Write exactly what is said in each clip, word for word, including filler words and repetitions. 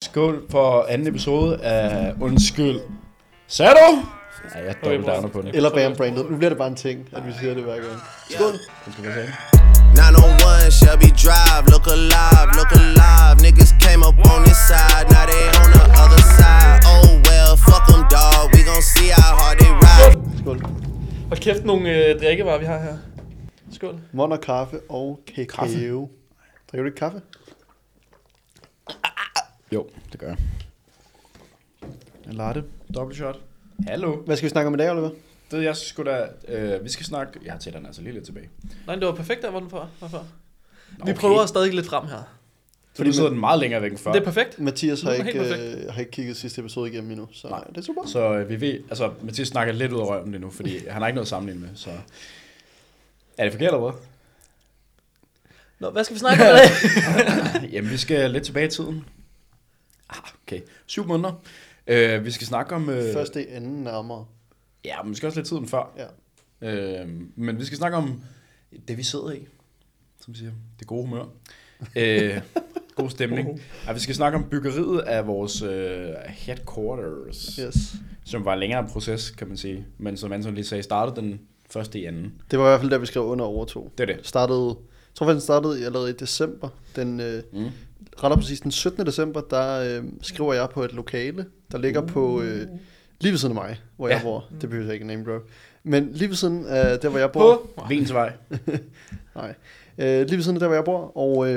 Skål for anden episode af Undskyld. Sagde du? Ja, jeg dobbelt downer på det. Eller Bam Branded. Nu bliver det bare en ting, at vi siger det hver gang. Skål. Det skal være sagen. nine oh one Shelby Drive, look alive, look alive. Niggas came up on this side, now they on the other side. Oh well, fuck them dog, we gon' see how hard they ride. Skål. Hold kæft nogle øh, drikkevarer, vi har her. Skål. Monder, kaffe og kakao. Kaffe? Drikker du ikke kaffe? Jo, det gør jeg. En latte. Double shot. Hallo. Hvad skal vi snakke om i dag, Oliver? Det jeg skulle da... Øh, vi skal snakke... Jeg har tætterne altså lige lidt tilbage. Nej, det var perfekt, der var den for. Hvorfor? Okay. Vi prøver stadig lidt frem her. Så Fordi nu sidder den meget længere væk end før. Det er perfekt. Mathias har Nu er det ikke, helt øh, har ikke kigget sidste episode igennem endnu, så Nej. det er super. Så øh, vi ved... Altså, Mathias snakker lidt ud af røven det nu, fordi han har ikke noget at sammenligne med, så... Er det forkert eller hvad? Nå, hvad skal vi snakke om i dag? Jamen, vi skal lidt tilbage i tiden. Ah, okay. Syv måneder. Uh, vi skal snakke om... Uh, Første ende nærmere. Ja, men måske også lidt tiden før. Ja. Uh, men vi skal snakke om det, vi sidder i. Som siger, det gode humør. uh, god stemning. Ja, vi skal snakke om byggeriet af vores uh, headquarters. Yes. Som var en længere proces, kan man sige. Men som Anton lige sagde, startede den første i anden. Det var i hvert fald der, vi skrev under overtog. Det er det. Startede, jeg tror faktisk, den startede allerede i december. Den, øh, Mm. ret og præcis den syttende december, der øh, skriver jeg på et lokale, der ligger på øh, lige ved siden af mig, hvor Ja. jeg bor. Det behøver jeg ikke name drop. Men lige ved siden af der, hvor jeg bor. På. Vensvej. Nej. Øh, lige ved siden af der, hvor jeg bor. Og øh,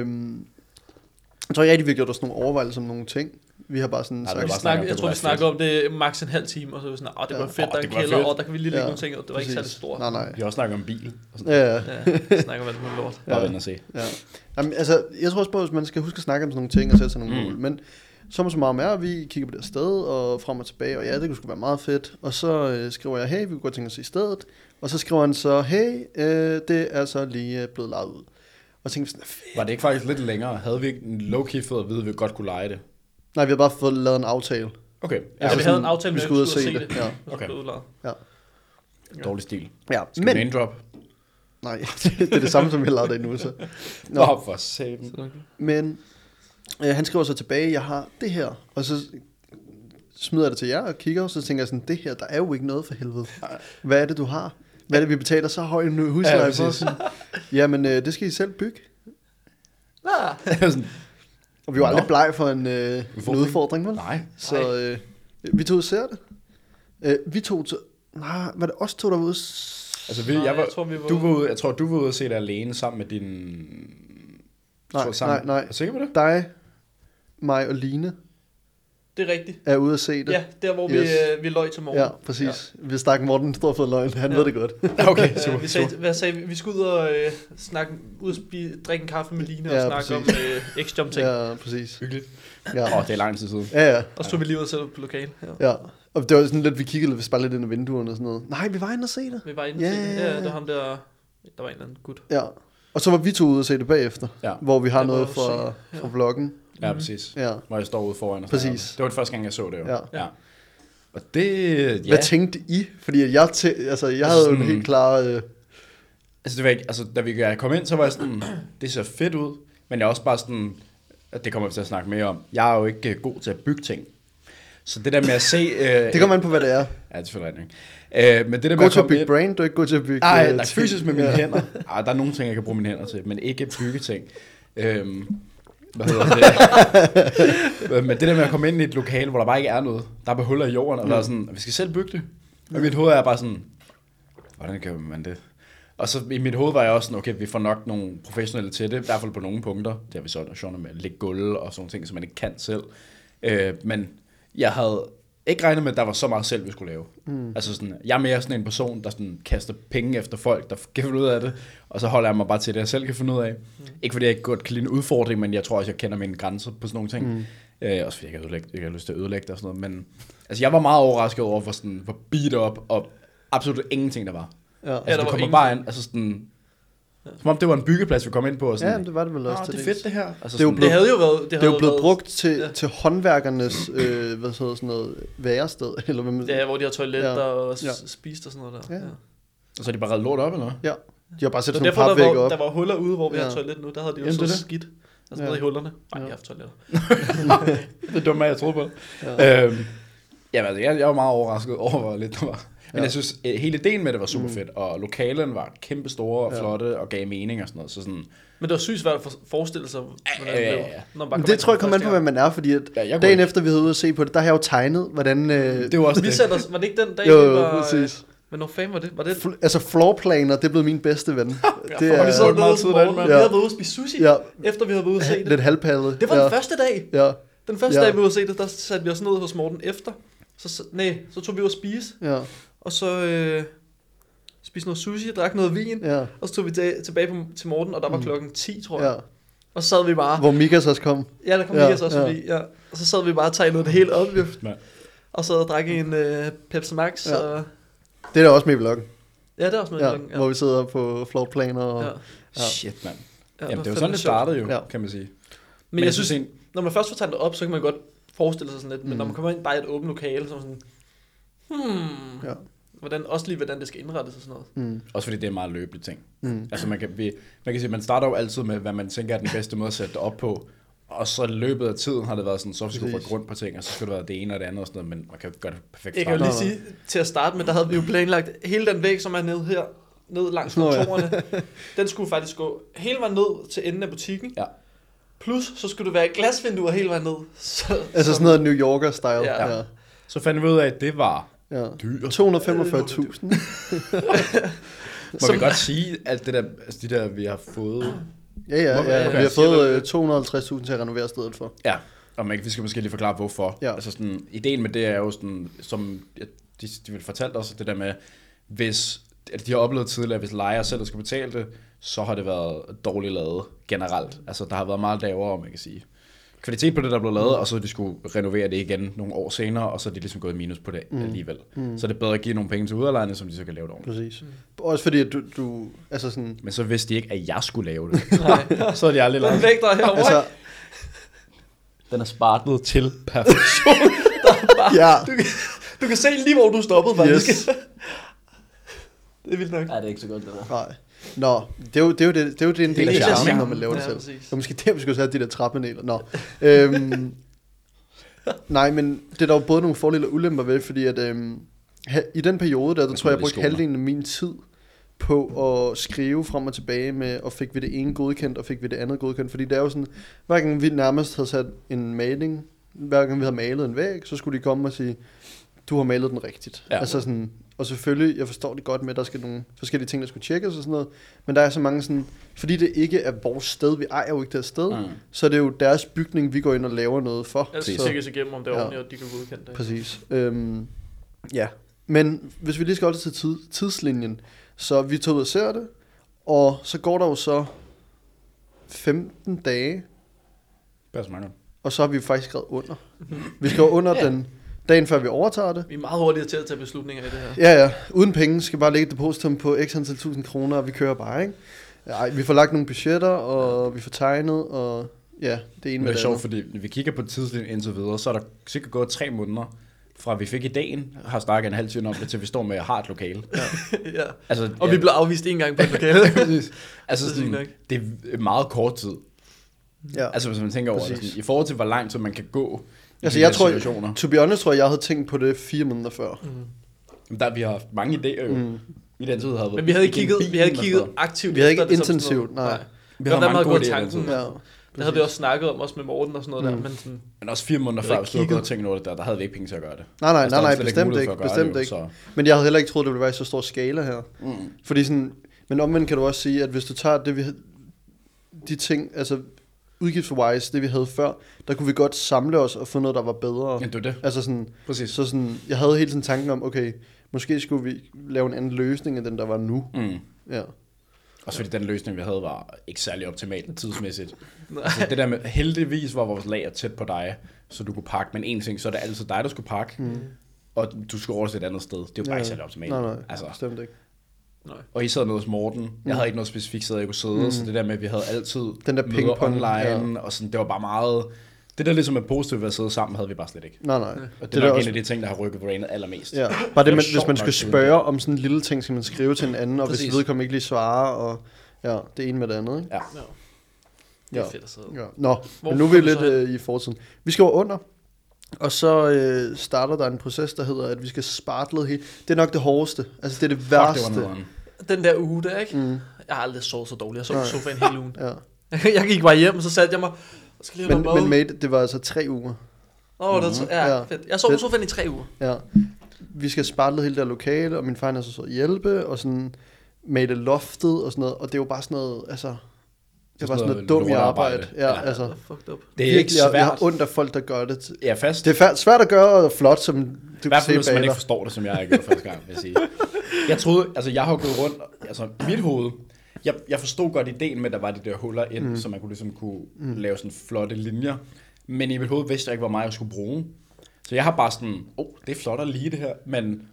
jeg tror ikke rigtig, vi har gjort os nogle overvejelser om nogle ting. Vi har bare sådan Nej, det sagt... var bare Snak, snakke om, jeg det tror, kunne vi være snakker om det maks en halv time, og så er vi sådan, åh, det var Ja. fedt, Åh, der er det en kunne være kælder, fedt. og der kan vi lige lægge Ja, nogle ting, og det var ikke præcis. særlig stort. Nej, nej. Vi har også snakket om bil. Og sådan. Ja, ja. Ja, snakker om alt muligt lort. Bare Ja. vent og se. Ja. Jamen, altså, jeg tror også på, at man skal huske at snakke om sådan nogle ting og sætte sig nogle Mm. mål. Men som så meget er, vi kigger på det her sted og frem og tilbage, og ja, det kunne sgu være meget fedt. Og så øh, skriver jeg, hey, vi kunne godt tænke os i stedet. Og så skriver han så, hey, øh, det er så lige øh, blevet lejet ud. Og så tænkte vi sådan, fedt. Var det ikke faktisk lidt længere? Havde vi ikke en low-key fed at vide, at vi godt kunne lege det? Nej, vi har bare fået lavet en aftale. Okay. Ja, Altså vi havde sådan, en aftale vi med, at skulle ud vi og skulle se ud og det. se Ja. det. Og så Okay. blev det udlejet. Ja. Dårlig stil. Ja, Skal men, vi name drop? nej, det er det samme, som vi har lavet det nu. Så. Nå, Nå, for satan. men øh, han skriver så tilbage, jeg har det her. Og så smider jeg det til jer og kigger, og så tænker jeg sådan, det her, der er jo ikke noget for helvede. Hvad er det, du har? Hvad er det, vi betaler så høj en Ja, husleje præcis. for? Sådan, jamen, øh, det skal I selv bygge. Ah, Sådan, Og vi var Nå. aldrig bleg for en, øh, en Udfordring. udfordring, vel? nej. Så øh, vi tog og ser det. Øh, vi tog til... Nej, var det os to, der var ude? s- Altså, vi, Nej, jeg, var, jeg tror, vi var du ude. var ude, jeg tror, du var ude og se det alene sammen med din... Nej, tror, sammen. nej, nej. Er du sikker på det? Dig, mig og Line det er rigtigt. er ude at se det. Ja, der hvor Yes. vi, øh, vi løg til morgen. Ja, præcis. Ja. Vi stak Morten stor fed løgn. Han Ja. ved det godt. Okay, super. Øh, vi, sagde, hvad sagde vi? Vi skulle ud og øh, snakke, ud og spise, drikke en kaffe med Line og Ja, snakke præcis. om øh, X-Jump ting. Ja. Ja, præcis. Hyggeligt. Ja, Åh, oh, det er lang tid siden. ja, ja. Og så tog vi lige ud og sætte på lokal. Ja. ja. Og det var sådan lidt, vi kiggede lidt, vi bare lidt ind ad vinduerne og sådan noget. Nej, vi var inde og se det. Vi var inde Ja, til det. ja, Ja, ja. det var ham der, der var en eller anden gut. Ja. Og så var vi to ude og se det bagefter. Ja. Hvor vi har Det var noget jo fra, se. fra vloggen. Ja, præcis. Ja. Hvor jeg står ude foran og snakker om Præcis. det. Det var det første gang, jeg så det jo. Ja. ja. Og det... Ja. Hvad tænkte I? Fordi at jeg, tæ- altså, jeg havde jo en sådan- helt klar... Øh, Altså, det var ikke, altså, da vi kom ind, så var jeg sådan, det ser fedt ud, men jeg er også bare sådan, at det kommer vi til at snakke mere om. Jeg er jo ikke øh, god til at bygge ting. Så det der med at se... Øh, det kommer an på, hvad det er. Ja, det er selvfølgelig ikke. Øh, men det der med God at til at komme bygge ind... brain, du er ikke god til at bygge... Nej, øh, nej, ting. fysisk med mine Ja. hænder. Ej, der er nogle ting, jeg kan bruge mine hænder til, men ikke bygge ting. Øhm, hvad hedder det? Men det der med at komme ind i et lokale, hvor der bare ikke er noget. Der er bare huller i jorden, og der er sådan, vi skal selv bygge det. Og i mit hoved er jeg bare sådan, hvordan kan man det? Og så i mit hoved var jeg også sådan, okay, vi får nok nogle professionelle til det, i hvert fald på nogle punkter. Det har vi så sjovt med at lægge gulv og sådan ting, som man ikke kan selv. Øh, men jeg havde ikke regnet med, at der var så meget selv, vi skulle lave. Mm. Altså sådan, jeg er mere sådan en person, der sådan kaster penge efter folk, der kan finde ud af det, og så holder jeg mig bare til det, jeg selv kan finde ud af. Mm. Ikke fordi jeg ikke godt kan lide en udfordring, men jeg tror også, jeg kender mine grænser på sådan nogle ting. Mm. Øh, også fordi jeg kan, jeg kan lyst til at ødelægge det og sådan noget. Men altså, jeg var meget overrasket over, hvor, sådan, hvor beat up og absolut ingenting der var. Ja. Altså, der du var kommer ingen- bare ind, altså sådan... Som om det var en byggeplads, vi kom ind på, og sådan... Ja, det var det vel også Nå, til det er dels. fedt det her. Altså, Det er jo sådan, blevet- Det havde jo været... Det er havde jo blevet været, brugt til, ja. til håndværkernes, øh, hvad så hedder sådan noget, værested, eller hvad man Ja, hvor de har toiletter Ja. og Ja. s- spist og sådan noget der. Ja. Ja. Og så er de bare reddet lort op, eller hvad? Ja, de har bare sat Så sådan derfor, nogle der papvægge var, op. der var huller ude, hvor vi Ja. har toilet nu. Der havde de jo Jamen, det er så det. skidt. Altså Ja. nede i hullerne. Nej, Ja. jeg har haft toiletter. Det er dumt, at jeg troede på det. Ja. Øhm, jamen, altså, jeg, jeg var meget overrasket over, hvor lidt der var. Men Ja. jeg synes, øh, hele ideen med det var super fedt, og lokalen var kæmpe store og Ja. flotte, og gav mening og sådan noget. Så sådan, Men det var sygt svært at for- forestille sig, hvordan Ja, det ja, blev, ja. når man bare Men kom det ind tror jeg for kommer an første på, hvad man er, fordi at ja, jeg kunne dagen ikke. efter vi havde ude at se på det, der har jeg jo tegnet, hvordan... Øh, Det var også Vi det. satte os, var det ikke den dag, jo, vi jo, var... præcis. Men hvor fanden var det? Var det? Fl- altså floorplaner, det er blevet min bedste ven. Ja, det for, vi sad meget nede tid hos derinde, morgen. mand. Vi Ja. havde været ude at spise sushi, Ja, efter vi havde været ude at se det. lidt halvpallet. Det var ja. den første dag. Ja, Den første Ja. dag, vi var ude at se det, der satte vi os ned hos Morten efter. Så, så, nej, så tog vi ud at spise, ja, og så øh, spiste noget sushi, drak noget vin, ja, og så tog vi til, tilbage på, til Morten, og der var Mm. klokken ti, tror jeg. ja. Og så sad vi bare... Hvor Mikas også kom. Ja, der kom Ja, Mikas også ja. forbi, ja. Og så sad vi bare og tegnede det hele op, jo. Ja. Og så drak en øh, Pepsi Max, Ja. og... Det er da også med i vloggen. Ja, det er også med. Ja, klokken, hvor vi sidder på floorplaner. Og, ja. Ja. Shit, mand. Ja, Jamen, det var fandme sådan, det sjovt. startede jo, Ja. kan man sige. Men, Men jeg synes, en, når man først får tegnet det op, så kan man godt forestille sig sådan lidt, men Mm. når man kommer ind bare i et åbent lokale, så er man sådan, hmm, Ja. hvordan, også lige hvordan det skal indrettes og sådan noget. Mm, også fordi det er en meget løbelig ting. mm. Altså man kan, vi, man kan sige, man starter jo altid med, hvad man tænker er den bedste måde at sætte det op på. Og så i løbet af tiden har det været sådan, så skal du Præcis. få grund på ting, og så skal det være det ene og det andet og sådan noget, men man kan jo gøre det perfekt Jeg kan jo starte. lige sige, til at starte med, der havde vi jo planlagt hele den væg, som er nede her, ned langs Nå, ja. kontorerne, den skulle faktisk gå hele vejen ned til enden af butikken. Ja. Plus, så skulle det være glasvinduer hele vejen ned. Så, Altså sådan noget New Yorker-style. Ja. Ja. Så fandt vi ud af, at det var Ja. dyrt. to hundrede og femogfyrre tusind. Må Som- vi godt sige, alt det der, altså de der, vi har fået. Ja, ja, Okay, ja. Vi har siger fået du- øh, to hundrede og halvtreds tusind til at renovere stedet for. Ja, og man, vi skal måske lige forklare, hvorfor. Ja. Altså sådan, ideen med det er jo sådan, som ja, de, de vil fortalt os, det der med, hvis, at de har oplevet tidligere, at hvis lejer selv skal betale det, så har det været dårligt lavet generelt. Altså, der har været meget lavere, man kan sige. Kvalitet på det, der blev lavet, og så de skulle renovere det igen nogle år senere, og så er de ligesom gået i minus på det Mm. alligevel. Mm. Så er det bedre at give nogle penge til udlejerne, som de så kan lave det ordentligt. Præcis. Også fordi, at du, du altså sådan... Men så vidste de ikke, at jeg skulle lave det. Nej. så er de aldrig Den lavet. væg, der er herovre, Altså, altså, Den er spartlet til perfektion. ja, du, kan, du kan se lige, hvor du stoppede, faktisk. Yes. Det er vildt nok. Nej, det er ikke så godt, det der. nej. Nå, det er jo det, er jo det, det, er jo det en del af Det er charmen, charmen. når man laver det Ja, selv. præcis. Og måske der, vi skulle have de der trappepaneler. Nå. øhm, nej, men det er der jo både nogle fordele og ulemper ved, fordi at øhm, ha- i den periode der, der Hvis tror jeg, jeg man er brugte skoler. halvdelen af min tid på at skrive frem og tilbage med, og fik vi det ene godkendt, og fik vi det andet godkendt. Fordi det er jo sådan, hver gang vi nærmest havde sat en maling, hver gang vi havde malet en væg, så skulle de komme og sige, du har malet den rigtigt. Ja. Altså sådan, og selvfølgelig, jeg forstår det godt med, at der skal nogle forskellige ting, der skulle tjekkes og sådan noget, men der er så mange sådan, fordi det ikke er vores sted, vi ejer jo ikke det sted, mm. så er det jo deres bygning, vi går ind og laver noget for. Jeg skal Så- tjekkes igennem, om det er Ja. ordentligt, og de kan godkende det. Præcis. Øhm, ja, men hvis vi lige skal holde til tid, tidslinjen, så vi tager ud og ser det, og så går der jo så femten dage, Pas mange. og så har vi faktisk skrevet under. Vi skriver under Ja. den dagen, før vi overtager det. Vi er meget hurtige til at tage beslutninger i det her. Ja, ja. Uden penge. Skal bare lægge et depositum på x antal tusind kroner, og vi kører bare, ikke? Ej, vi får lagt nogle budgetter, og vi får tegnet, og ja, det ene Men med det er det sjovt, andet. fordi vi kigger på tidslinjen indtil videre, så er der sikkert gået tre måneder, fra vi fik ideen, har snakket en halv time om det, til vi står med at har et lokale. Ja. Altså, Og ja, vi blev afvist en gang på et lokale. præcis. Altså, Det er sygt sådan, nok. det er meget kort tid. Ja. Altså, hvis man tænker over det, Præcis. sådan, i forhold til, hvor lang tid man kan gå i Altså, de jeg her tror, situationer. to be honest, tror jeg, jeg havde tænkt på det fire måneder før. Mm. Jamen, Der, vi har haft mange idéer jo. Mm. I den tid havde været Men vi havde ikke igennem kigget, vi havde ikke bilen kigget og sådan aktivt. Vi havde efter ikke det som sådan intensivt, noget. nej. noget. Vi Det har var mange meget gode god idéer i den tanken. tid. Ja. Det havde vi også snakket om, også med Morten og sådan noget Mm. der. Men sådan, Men også fire måneder Jeg før, havde vi stod og kigget. gået og tænkt over det der, der havde vi ikke penge til at gøre det. Nej, nej, Altså, nej, der var nej, slet ikke bestemt mulighed ikke, for at gøre bestemt det, jo, ikke. så- Men jeg havde heller ikke troet, det ville være i så stor skala her. Mm. Fordi sådan, men omvendt kan du også sige, at hvis du tager det, vi havde, de ting, altså udgiftswise, det vi havde før, der kunne vi godt samle os og få noget, der var bedre. Ja, det er det. Altså sådan, Præcis. så sådan, jeg havde hele tiden tanken om, okay, måske skulle vi lave en anden løsning, end den, der var nu. Mm. Ja. Også fordi den løsning, vi havde, var ikke særlig optimal tidsmæssigt. nej. Altså, det der med, heldigvis var vores lager tæt på dig, så du kunne pakke. Men en ting, så er det altid dig, der skulle pakke. Mm. Og du skulle over til et andet sted. Det er jo bare Ja. ikke særlig optimalt. Nej, nej, Altså, bestemt ikke. Nej. og I sad nede hos Morten. Jeg Mm. havde ikke noget specifikt sted, jeg kunne sidde. Mm. Så det der med, at vi havde altid Den der møder pingpong, online. Og sådan, det var bare meget... Det der ligesom er positivt ved at sidde sammen, havde vi bare slet ikke. Nej, nej. Og det, Det det er er nok også- en af de ting, der har rykket brainet allermest. Ja, bare det, var man, hvis sjovt man nok skulle til spørge om sådan en lille ting, skal man skrive til en anden, og Præcis. hvis vedkommende ikke lige svarer, og ja, det ene med det andet, ikke? Ja. Ja. Det er Ja. fedt at sidde. Ja. Nå, Hvor men nu er vi kom du lidt så hen? øh, i fortiden. Vi skal over under, og så øh, starter der en proces, der hedder, at vi skal spartle helt. Det er nok det hårdeste. Altså, det er det Fuck, det var værste. nederen. Den der uge der, ikke? Mm, Jeg har aldrig sovet så dårligt. Jeg sov Nej. på sofaen hele ugen. ja. Jeg gik bare hjem, og så satte jeg mig. Og skal lige Men, have noget men mad. mate, det var altså tre uger. Åh, oh, det er, ja, Ja. fedt. Jeg sov på Fedt. sofaen i tre uger. Ja. Vi skal spartle hele det lokale, og min far er så så hjælpe, og sådan male loftet og sådan noget. Og det er jo bare sådan noget, altså... Det var Sådan sådan noget noget dumt i arbejde. lortearbejde. Ja, Ja. altså... Det er fucked up. Det er ikke virkelig, jeg, jeg har svært. ondt af folk, der gør det. Ja, fast. Det er fær- svært at gøre og flot, som du I kan hvert se fald, hvis man bag ikke dig. forstår det, som jeg har gjort første gang, vil jeg sige. Jeg troede, altså jeg har gået rundt, altså mit hoved, jeg, jeg forstod godt ideen med, at der var de der huller ind, mm. så man kunne ligesom kunne mm. lave sådan flotte linjer. Men i mit hoved vidste jeg ikke, hvor meget jeg skulle bruge. Så jeg har bare sådan, åh, oh, det er flot at lige det her, men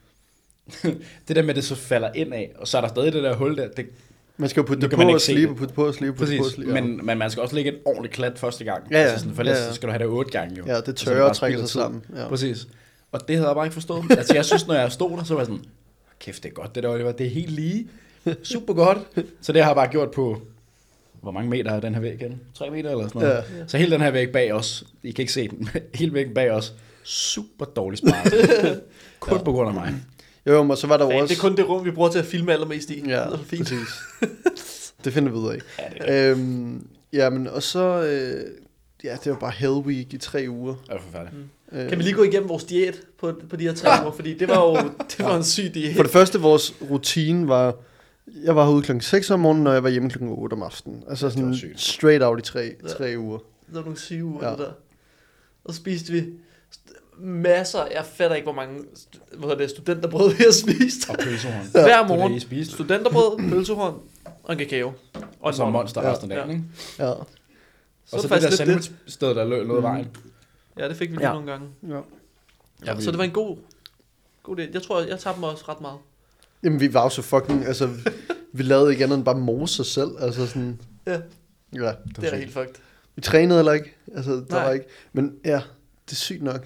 det der med, at det så falder ind af, og så er der stadig det der hul der, det, Man skal jo putte Nu det kan på man ikke og se slibe, det. putte på og slibe, putte på og præcis, slibe. Ja. men, men man skal også lægge et ordentligt klat første gang. Ja, ja. Altså sådan, for ellers Ja, ja. skal du have det otte gange jo. Ja, det Og så er tørrer bare og trækker spild sig af tid. sammen. Ja. Præcis. Og det havde jeg bare ikke forstået. Altså jeg synes, når jeg stod der, så var jeg sådan, kæft, det er godt det der, Oliver. Det er helt lige. Super godt. Så det har jeg bare gjort på, hvor mange meter er den her væg igen? tre meter eller sådan noget. Ja. Så hele den her væg bag os, I kan ikke se den, hele væggen bag os, super dårlig spart. Kun Ja. på grund af mig. Jo, jo, og så var der jo Fan, også... det er kun det rum, vi bruger til at filme allermest i. Ja, Det er fint. præcis. Det finder vi ud af. Ja, det er Øhm, ja, men og så... Øh, ja, det var bare Hell Week i tre uger. det er forfærdeligt. Øh, Kan vi lige gå igennem vores diæt på, på de her tre uger? Fordi det var jo det var en syg diæt. For det første, vores rutine var... Jeg var herude klokken seks om morgenen, og jeg var hjemme klokken otte om aftenen. Altså Ja, det var sådan sygt. straight out i tre, Ja. tre uger. Det var nogle syge uger, Ja. ja. det der. Og så spiste vi masser, jeg fatter ikke, hvor mange hvad hedder det, studenterbrød vi har spist. Og pølsehorn. Hver Det er morgen, det, I spiste. studenterbrød, pølsehorn og en kakao. Og Og en så monster Ja. resten af dagen, ikke? Ja. Så, Og så så det det der faktisk lidt det. sandwich-sted, der lå, lå i vejen. Ja, det fik vi lige Ja. nogle gange. ja. Ja, så det var en god, god idé. Jeg tror, jeg tabte mig også ret meget. Jamen, vi var jo så fucking... Altså, vi lavede ikke andet end bare mose os selv. Altså sådan... Ja, Ja. det er sygt. helt fucked. Vi trænede heller ikke. Altså, der Nej. var ikke... Men ja, det er sygt nok.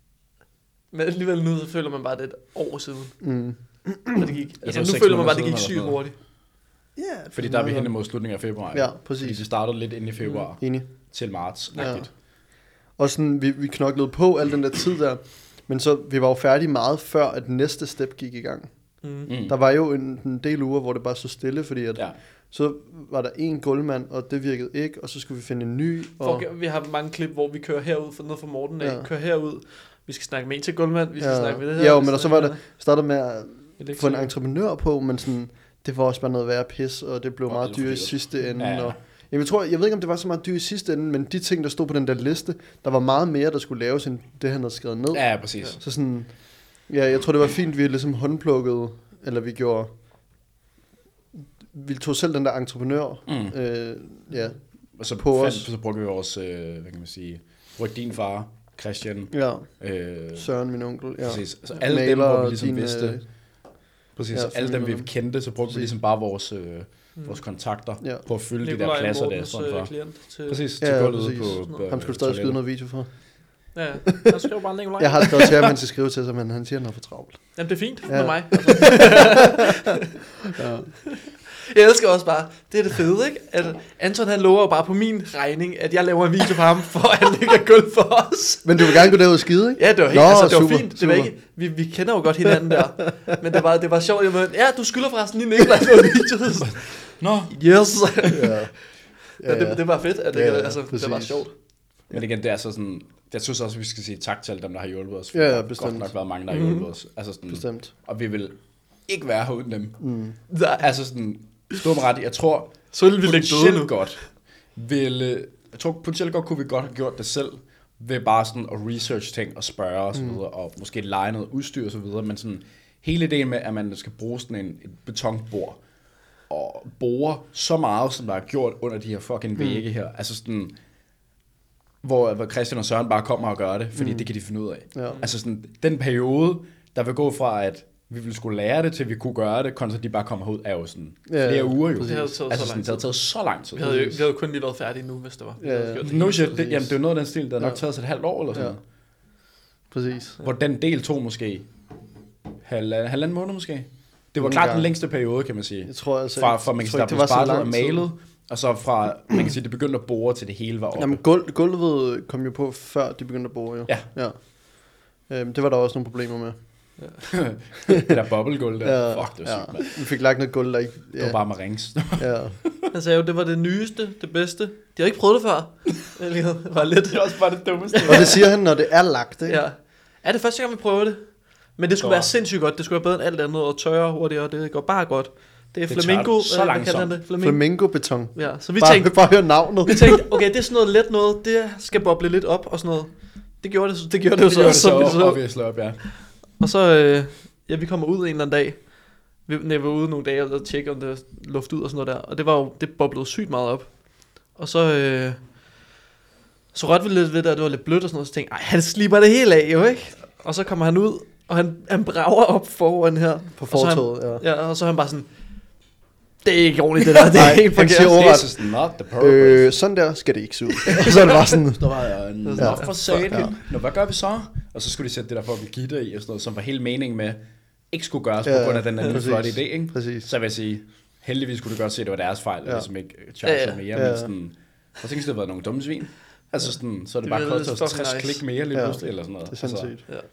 Men alligevel nu så føler man bare, det er et år siden. Mm. Og det gik, altså, var nu seks føler man måneder bare, det gik siden, sygt eller sådan hurtigt. Ja, Fordi der er vi hen imod slutningen af februar. Ja, Fordi præcis. det startede lidt ind i februar Enig. til marts. Ja. Ja. Og sådan, vi, vi knoklede på al den der tid der. Men så, vi var jo færdige meget før, at næste step gik i gang. Mm. Mm. Der var jo en, en del uger, hvor det bare så stille, fordi at, Ja. så var der en gulvmand, og det virkede ikke, og så skulle vi finde en ny. Og, For, vi har mange klip, hvor vi kører herud, for noget fra Morten af, Ja. ja. kører herud. Vi skal snakke med en til Guldmand, vi skal Ja. snakke med det her. Ja, jo, vi men skal og så var snakke startede med at med det. få en entreprenør på, men sådan, det var også bare noget værre pis, og det blev Og meget alt for dyrt i dyrt. sidste ende. Ja, ja. Og, jamen, jeg, tror, jeg ved ikke, om det var så meget dyrt i sidste ende, men de ting, der stod på den der liste, der var meget mere, der skulle laves, end det, han havde skrevet ned. Ja, ja, præcis. Så sådan, ja, jeg tror, det var fint, vi ligesom håndplukkede, eller vi gjorde, vi tog selv den der entreprenør, Mm. øh, ja, Og så, på fandt, os. så brugte vi vores, øh, hvad kan man sige, brugte din far, Christian, ja, øh, Søren, min onkel, ja. præcis. Altså alle dem, Maler, hvor vi ligesom din, vidste, øh, præcis, ja, alle dem, vi familiemedlem. kendte, så brugte vi Præcis. ligesom bare vores, øh, vores kontakter Ja. på at fylde de der Nikolaj pladser der, Mortens, sådan øh, for. klient til... Præcis, til Ja, ja, gulvet ude præcis. på, på Ham skulle du stadig skyde noget video for. Ja, han skrev bare Nikolaj. Jeg har skrevet til ham, han skal skrive til sig, men han siger, han er for travlt. Jamen, det er fint Ja. med mig. Ja. Jeg elsker også bare, det er det fede, ikke? At Anton han lover jo bare på min regning, at jeg laver en video for ham, for at han lægger gulv for os. Men du vil gerne gå derud og skide, ikke? Ja, det var helt, Nå, altså, det var super, fint. Det var super. ikke, vi, vi kender jo godt hinanden der. Men det var, det var sjovt. Jeg mødte, ja, du skylder forresten lige Nikolaj noget video. Nå, Yes. Ja. Ja, det, det var fedt, at det, Ja, ja, altså, det var præcis. sjovt. men igen, det er så sådan, jeg synes også, at vi skal sige tak til alle dem, der har hjulpet os. for Ja, ja, der har bestemt. godt nok været mange, der har Mhm. hjulpet os. Altså sådan, Bestemt. og vi vil ikke være her uden dem. Mm. Nej, Altså sådan, stå med ret, jeg tror, så ville vi lægge døde potentielt nu. godt vil, øh, jeg tror potentielt godt kunne vi godt have gjort det selv, ved bare sådan at research ting og spørge og så videre, og måske lege noget udstyr og så videre, men sådan hele ideen med, at man skal bruge sådan en, et betonbord, og bore så meget, som der er gjort under de her fucking vægge her, altså sådan, hvor, hvor Christian og Søren bare kommer og gør det, fordi mm. det kan de finde ud af. Ja. Altså sådan, den periode, der vil gå fra, at vi ville skulle lære det, til vi kunne gøre det, kontra de bare kommer ud, er jo sådan Ja, flere uger jo. præcis. Det havde taget Altså så sådan, lang det havde tid. taget så lang tid. Vi havde, jo, vi havde jo kun lige været færdige nu, hvis det var. Vi Ja, havde ja. gjort det No hele. shit, det, præcis. jamen, det er jo noget af den stil, der har nok Ja. taget sig et halvt år eller sådan Ja. noget. Præcis. Hvor den del tog måske halvanden, halvanden måned måske. Det var Nogle klart gange. den længste periode, kan man sige. Jeg tror altså, Fra, fra man jeg kan tror starte ikke, på det var så spartet og lang tid. malet, Og så fra, man kan sige, det begyndte at bore til det hele var oppe. Jamen, gulv, gulvet kom jo på, før de begyndte at bore, jo. Ja. ja. Øhm, det var der også nogle problemer med. det der bobbelgulv der, Ja, fuck, det var ja. sygt, mand. Vi fik lagt noget gulv, der ikke... Ja. Det var bare marings. ja. Han sagde jo, det var det nyeste, det bedste. De har ikke prøvet det før. Det var lidt. Det er også bare det dummeste. Og det siger han, når det er lagt, ikke? Ja. Er det første gang, vi prøver det? Men det skulle Så. være sindssygt godt. Det skulle være bedre end alt andet, og tørre hurtigere, og det går bare godt. Det er Det flamingo. tør så øh, hvad kalder han langsomt. det? Flamingo. Flamingo-beton. Ja, så vi Bare, tænkte, bare hør navnet. vi tænkte, okay, det er sådan noget let noget, det skal boble lidt op og sådan noget. Det gjorde det, det, gjorde det jo Det så, gjorde det som vi så, så. og vi slår op, ja. Og så, øh, ja, vi kommer ud en eller anden dag. Vi, når vi var ude nogle dage og tjekke, om det var luft ud og sådan noget der. Og det var jo, det boblede sygt meget op. Og så, øh, så rørte vi lidt ved det, og det var lidt blødt og sådan noget. Så tænkte jeg, ej, han slipper det helt af jo, ikke? Og så kommer han ud, og han, han brager op foran her. På Og så er han- fortovet, ja. Ja, og så er han bare sådan, det er ikke ordentligt det der, det er Nej, helt han siger forkert. overret. This is not the purpose. Øh, sådan der skal det ikke se ud. så er det bare sådan... Der var jeg en Ja. ja. for satan. Ja. Ja. Nå, hvad gør vi så? Og så skulle de sætte det der fucking gitter i, og sådan noget, som var hele meningen med, ikke skulle gøres Ja, på grund af den der nye præcis. flotte idé, ikke? Præcis. Så vil jeg sige, heldigvis kunne det godt se, at det var deres fejl, Ja. ja. ligesom ikke charge Ja, ja, ja. mere, Ja, ja. men sådan, jeg tænkte, det havde været nogle dumme svin. Altså sådan, så er det, Det bare ville kostet være os tres fucking nice. klik mere lige Ja. pludselig, eller sådan noget. Det er sindssygt. Ja.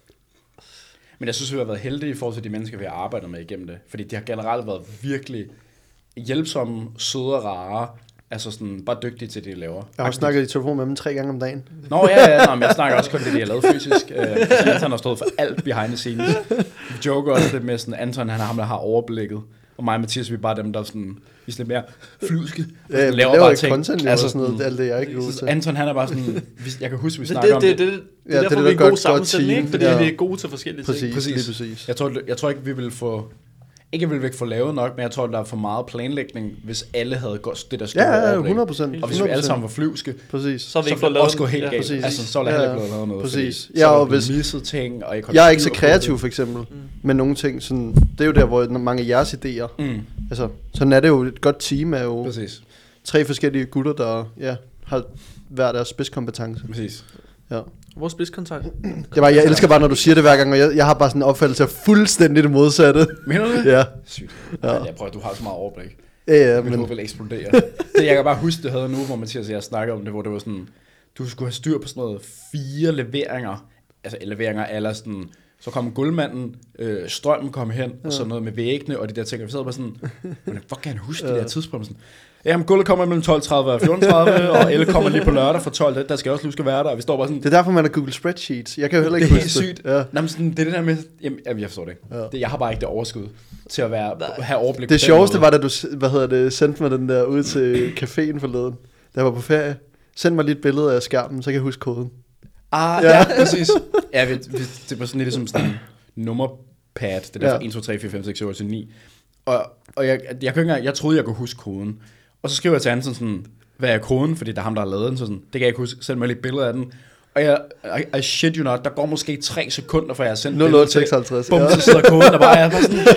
Men jeg synes, vi har været heldige i forhold til de mennesker, vi har arbejdet med igennem det. Fordi de har generelt været virkelig hjælpsomme, søde og rare. Altså sådan, bare dygtige til det, de laver. Jeg har snakket i telefon med dem tre gange om dagen. Nå ja, ja, nå, men jeg snakker også kun det, de har lavet fysisk. Uh, Anton har stået for alt behind the scenes. Vi joker også lidt med sådan, Anton, han er ham, der har overblikket. Og mig og Mathias, vi er bare dem, der sådan, vi er lidt mere flyvske. Ja, laver, laver bare ikke content, jo, altså, og sådan noget. Alt det, jeg er ikke ude til. Anton, han er bare sådan, vi- jeg kan huske, vi Det, snakker det, om det, det. det, det, det Ja, er det er derfor, det, vi er en der gør god et godt sammensætning, team. ikke? Fordi Ja. vi er gode til forskellige Præcis, ting. Præcis. lige præcis. Jeg tror, jeg tror ikke, vi ville få... Ikke, at vi ville ikke få lavet nok, men jeg tror, der er for meget planlægning, hvis alle havde godt det der store Ja, ja, overblik. hundrede procent. Og hvis vi alle sammen var flyvske, Præcis. Så har vi så ikke fået ville det også lavet gå den. helt Ja, galt. præcis. Altså, så ville der Ja, heller ikke blevet lavet noget. præcis. Fordi Ja, så og var der hvis- blevet misset ting, og ikke holdt Jeg er ikke så styr på kreativ, det. for eksempel. Mm. Men nogle ting, sådan, det er jo der, hvor mange af jeres idéer... Mm, Altså, sådan er det jo. Et godt team er jo præcis. tre forskellige gutter, der ja, har hver deres spidskompetence. Præcis. Ja. Vores spidskontakt. Det var, jeg elsker bare, når du siger det hver gang, og jeg, jeg har bare sådan en opfattelse af fuldstændig det modsatte. Mener du det? Ja, Sygt. Ja. Ja. Jeg prøver, du har så meget overblik. ja, ja Mit men hoved vil eksplodere. Det, jeg kan bare huske, det havde nu, hvor Mathias og jeg snakkede om det, hvor det var sådan, du skulle have styr på sådan noget fire leveringer, altså leveringer eller sådan, så kom guldmanden, øh, strømmen kom hen, og sådan noget med væggene og de der ting, og vi sad bare sådan, hvordan fuck kan han huske det der tidspunkt? Sådan, jamen, gulvet kommer mellem tolv tredive og fjorten tredive, og Elle kommer lige på lørdag fra tolv, der skal jeg også huske at være der, og vi står bare sådan, det er derfor, man har Google Spreadsheets. Jeg kan jo heller det ikke er helt huske sygt. det. Ja. Nå, men sådan, det er det der med, jamen, jamen jeg forstår det ikke. Ja. Det, jeg har bare ikke det overskud til at være, have overblik Det på den sjoveste måde. var, da du hvad hedder det, sendte mig den der ud til caféen forleden, da jeg var på ferie. Send mig lige et billede af skærmen, så kan jeg huske koden. Ah, Ja. ja, præcis. Ja, vi, vi, det var sådan lidt ligesom sådan en nummerpad, det der Ja. fra en, to, tre, fire, fem, seks, syv, otte, ni. Og, og jeg, jeg, kunne ikke engang, jeg troede, jeg kunne huske koden. Og så skriver jeg til Anton sådan, hvad er koden? Fordi der er ham, der har lavet den. Så sådan, det kan jeg ikke huske. Send mig lige et billede af den. Og jeg, I, I shit you not, der går måske tre sekunder, før jeg har sendt nul billedet otte seksoghalvtreds. Bum, Ja. så sidder koden der bare, jeg er bare sådan,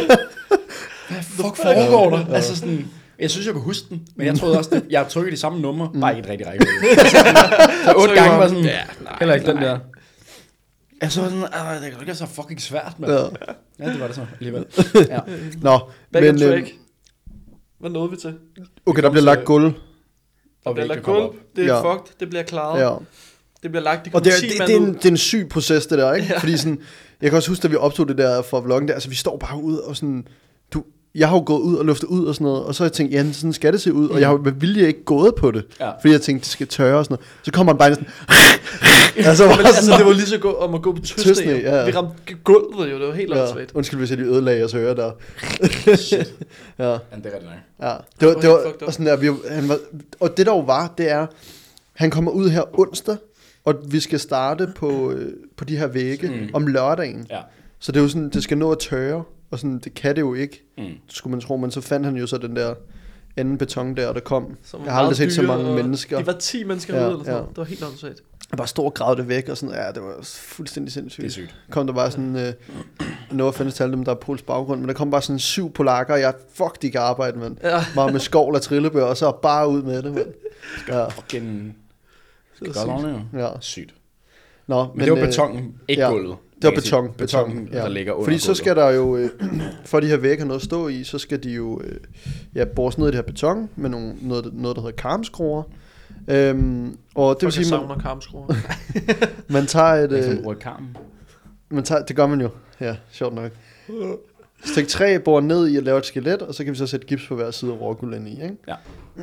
hvad fuck foregår der? Ja. Altså sådan, jeg synes, jeg kunne huske den, men jeg troede også, det, jeg trykkede de samme numre, mm. bare ikke et rigtig rækkefølge. Så otte gange var sådan, Ja, nej, heller ikke den nej. der. Jeg så sådan, ah, det kan ikke være så fucking svært, mand. Ja. Ja, det var det så alligevel. Ja. Nå, Back men on øh, track. Hvad nåede vi til? okay, der bliver lagt gulv. Og Der bliver vægge lagt kommer gulv, op. det er Ja. fucked, det bliver klaret. Ja. Det bliver lagt, det Og kommer det er, ti det, mand det, er en, ud. det er en syg proces, det der, ikke? Ja. Fordi sådan, jeg kan også huske, da vi optog det der for vloggen der, altså vi står bare ude og sådan, du, jeg har jo gået ud og luftet ud og sådan noget, og så har jeg tænkt, ja, sådan skal det se ud, og jeg har jo med vilje ikke gået på det, Ja. fordi jeg tænkte, det skal tørre og sådan noget. Så kommer han bare ind sådan, altså, Men altså, det var lige så godt om at gå på tøsne. Tøsne, ja. Vi ramte gulvet jo, det var helt ja, åndssvagt. undskyld, hvis jeg lige ødelagde jeres ører der. Shit. Ja, Ja, det er rigtig nok. ja. Det var, Det det var var, helt fucked up. og sådan der, vi, han var, og det der jo var, det er, han kommer ud her onsdag, og vi skal starte på, øh, på de her vægge Mm. om lørdagen. Ja. Så det er jo sådan, det skal nå at tørre, og sådan, det kan det jo ikke, Mm. skulle man tro, men så fandt han jo så den der anden beton der, der kom. Som Jeg har aldrig meget set så dyre, mange og mennesker. De var ti mennesker Ja, ude, eller sådan ja. noget. Det var helt åndssvagt. Jeg bare stod og gravede det væk, og sådan, ja, det var fuldstændig sindssygt. Det er sygt. Kom der bare sådan, øh, no offense til alle dem, der er polsk baggrund, men der kom bare sådan syv polakker, og jeg, fuck, de kan arbejde, mand. Ja. Bare med skovl og trillebør, og så bare ud med det, mand. Ja, Fucking... Det Godt var sygt. ordentligt, jo. ja. Sygt. Nå, Men, men det var øh, betongen, ikke ja. gulvet. Det var Man kan beton, sige, beton, beton, ja. der ligger under Fordi så gulvet. skal der jo, øh, for at de her vægge har noget at stå i, så skal de jo øh, ja, bores ned i det her beton med nogle, noget, noget, der hedder karmskruer. Øhm, og det vil sige, man, savner karmskruer. man tager et... Det er Øh, som bruger karmen. man tager, det gør man jo, ja, sjovt nok. Stik træ borer ned i at lave et skelet, og så kan vi så sætte gips på hver side af rågulden i, ikke? Ja.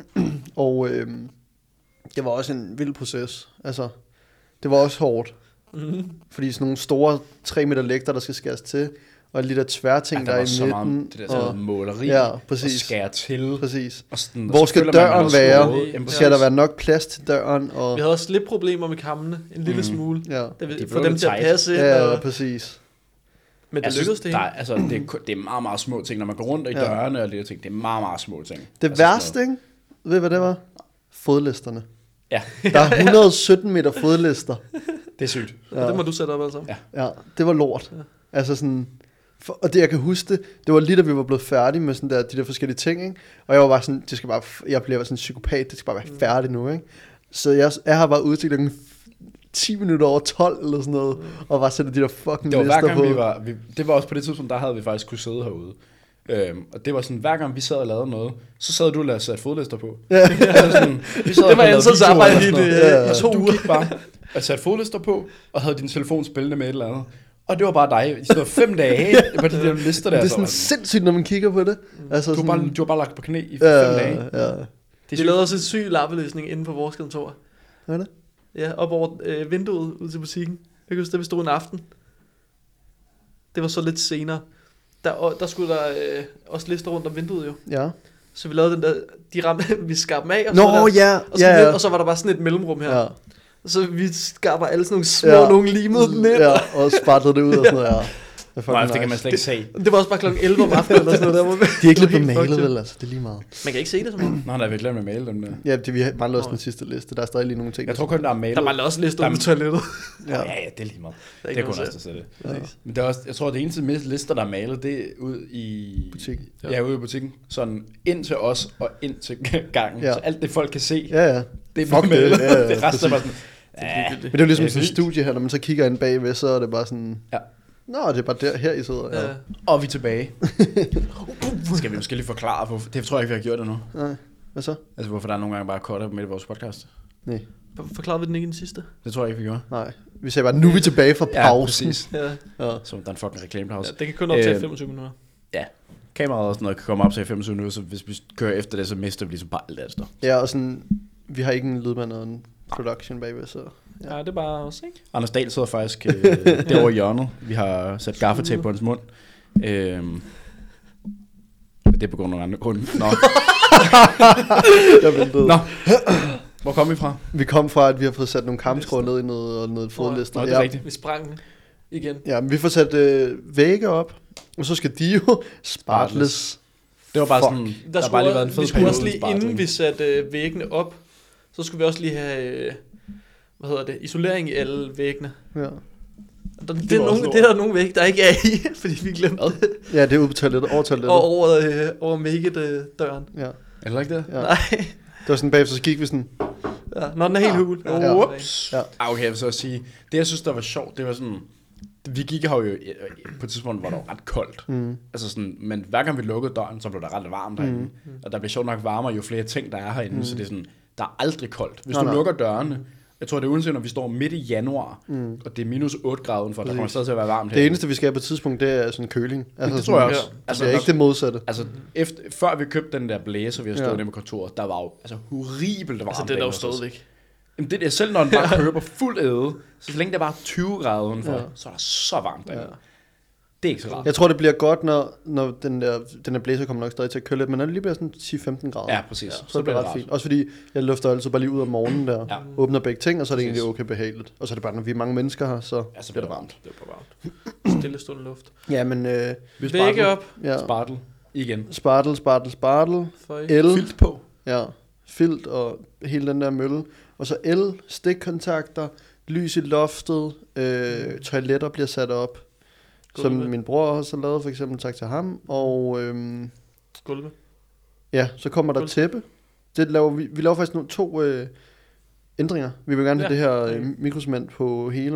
Og øh, det var også en vild proces. Altså, det var også hårdt. Mm. Fordi sådan nogle store tre meter lægter, der skal skæres til, og alle de der tværting, Ja, der, der er var så i meget midten. det der sådan og, noget måleri, Ja, og præcis. skære til. præcis. Og sådan, Hvor og så skal føler man, man døren har være? slået. Jamen, Ja. præcis. Skal der være nok plads til døren? Og, Vi havde også lidt problemer med kammene, en lille Mm. smule. ja, Det, De for blev dem lidt til at tight. passe ind, ja, ja, og, præcis. men det Jeg synes, lykkedes det der, hele. er- altså, det, er, kun- det er meget, meget små ting. Når man går rundt i Ja. dørene og de der ting, det er meget, meget små ting. Det Altså sådan værste, ikke? Ved I, hvad det var? Fodlisterne. Ja. Der er et hundrede og sytten meter fodlister. Det er sygt. Ja. Det må du sætte op altså. Ja. Ja, det var lort. Ja. Altså sådan, for, og det jeg kan huske det, det var lige da vi var blevet færdige med sådan der, de der forskellige ting, ikke? Og jeg var bare sådan, det skal bare, jeg blev sådan en psykopat, det skal bare være færdigt nu, ikke? Så jeg, jeg har bare ude til klokken ti minutter over tolv eller sådan noget, og bare sætte de der fucking Det var hver lister gang på. vi var, vi, det var også på det tidspunkt, der havde vi faktisk kunne sidde herude. Øhm, og det var sådan, hver gang vi sad og lavede noget, så sad du og lavede sat fodlister på. Ja. Altså sådan, vi sad Det var og lavede Ansels videoer arbejde og i sådan det, noget. ja, i Og to du uger. gik bare og satte fodlister på, og havde din telefon spillende med et eller andet. Og det var bare dig. I stod fem dage på de der lister der. Det er så sådan var sindssygt, når man kigger på det. Altså du, var sådan, bare, du var bare lagt på knæ i ja, fem dage. ja. Det er De sygt. lavede også en syg lappeløsning inde på vores kontor. Hvad er det? Ja, op over øh, vinduet ud til butikken. Jeg kan huske, da vi stod en aften. Det var så lidt senere. Der, og, der skulle der øh, også lister rundt om vinduet jo. Ja. Så vi lavede den der, de ramte, vi skar dem af, og, Nå, så, var der, ja, og, så, ja, ja. og så var der bare sådan et mellemrum her. Ja. Så vi skar bare alle sådan nogle små, Ja. ja. nogle limede den ind. Ja, og spartlede det ud og sådan noget, ja. Det er Nej, fucking det kan man nice. slet ikke se. Det var også bare klokken elleve om aftenen eller sådan noget. Der, hvor vi- De er ikke det lidt var helt bemalet, fucked. vel, altså, det er lige meget. Man kan ikke se det så meget. Nå, der er vi glemt at male dem der. Ja, det, vi mangler også den sidste liste. Der er stadig lige nogle ting. Jeg tror kun, der er malet. Der var også lister Der- ude på toilettet. Ja, ja, det er lige meget. Der Det ikke er kun noget os, der sætter det. Ja. Men det er også, jeg tror, det eneste mest lister, der er malet, det er ud i... Butikken. Ja, ude i butikken. Sådan ind til os og ind til gangen. Ja. Så alt det, folk kan se, Ja, ja. det er Fuck bare det, malet. ja, ja, Det resten er bare sådan... Det er Ja, ligegyldigt. Men det er jo ligesom Det er sådan et vildt. studie her, når man så kigger ind bagved, så er det bare sådan... Ja. Nå, det er bare der, her I sidder. Ja. Ja. og vi er tilbage. Skal vi måske lige forklare, hvorfor... Det tror jeg ikke, vi har gjort endnu. Nej. Hvad så? Altså, hvorfor der er nogle gange bare cutter med i vores podcast. Nej. Forklarede vi den ikke i den sidste? Det tror jeg ikke, vi gjorde. Nej. Vi sagde bare, nu er vi tilbage fra Ja, pausen. præcis. Ja. Ja. Så der er en fucking reklamepause. Ja, det kan kun optage Øh, femogtyve minutter. Kameraet og sådan noget kan komme op til femogtyve minutter, så hvis vi kører efter det, så mister vi ligesom bare alt det, der. Ja, og sådan... Vi har ikke en lydmand og en production bagved, så... Ja, det er bare os, ikke? Anders Dahl sidder faktisk øh, derovre i hjørnet. Vi har sat gaffatape på hans mund. Øhm, det er på grund af nogle andre grunde. Nå. Jeg ventede. Nå. Hvor kom vi fra? Vi kom fra, at vi har fået sat nogle kampskruer ned i noget, og noget fodlister. Nå, det er ja. rigtigt. Vi sprang den igen. Ja, men vi får sat øh, vægge op, og så skal de jo spartles. Det var bare Fuck. sådan, Der, der har skulle, bare lige været en fed vi skulle også periode lige, i spartling. inden vi satte øh, væggene op, så skulle vi også lige have, øh, hvad hedder det, isolering i alle væggene. Ja. Der, det, var er også nogle, lort. det er der nogle vægge, der ikke er i, fordi vi glemte det. ja, det er ude på toilettet, over toilettet. Og over, øh, over make-it-døren. Ja. Er det ikke det? Ja. Nej. Det var sådan bagefter, så gik vi sådan... Ja, når den er helt hul. Ja. Ups. Ja. Ah, okay, jeg vil så også sige, det jeg synes, der var sjovt, det var sådan, vi gik her jo, på et tidspunkt var det jo ret koldt. Mm. Altså sådan, men hver gang vi lukkede døren, så blev der ret varmt derinde. Mm. Og der bliver sjovt nok varmere, jo flere ting, der er herinde, mm. så det er sådan, der er aldrig koldt. Hvis Nej, du nej. lukker dørene, jeg tror, det er uanset, når vi står midt i januar, Mm. og det er minus otte grader udenfor, der kommer Præcis. stadig til at være varmt Det herinde. eneste, vi skal have på et tidspunkt, det er sådan køling. Altså, det tror jeg sådan- også. Ja. Altså, det er ikke det modsatte. Altså, efter, før vi købte den der blæser, vi har stået Ja. ja. nede med kontoret, der var jo altså, horribelt varmt. Altså, det er der jo derinde hos os. stadigvæk. Jamen, det er selv, når den bare kører på fuld æde, så, så længe der bare er tyve grader udenfor, Ja. ja. så er der så varmt derinde. Ja. Det er ikke så rart. Jeg tror, det bliver godt, når, når den, der, den der blæser kommer nok stadig til at køre lidt, men når det lige bliver sådan ti til femten grader, Ja, præcis. så, så det bliver det ret fint. Også fordi, jeg lufter altid bare lige ud om morgenen der, Ja. åbner begge ting, og så er det Præcis. egentlig okay behageligt. Og så er det bare, når vi er mange mennesker her, så Ja, så bliver det varmt. Det er bare varmt. Stillestående luft. Ja, men øh, Vi Vægge op. ja. Spartel. Igen. Spartel, spartel, spartel, Føj. el, Filt på. ja, filt og hele den der mølle. Og så el, stikkontakter, lys i loftet, øh, toiletter bliver sat op. Som Gulve. min bror også har lavet, for eksempel, tak til ham. Og øhm, Gulve. ja, så kommer der Gulv. tæppe. Det laver vi, vi laver faktisk nogle to øh, ændringer. Vi vil gerne have Ja. det her øh, mikrocement på hele, men det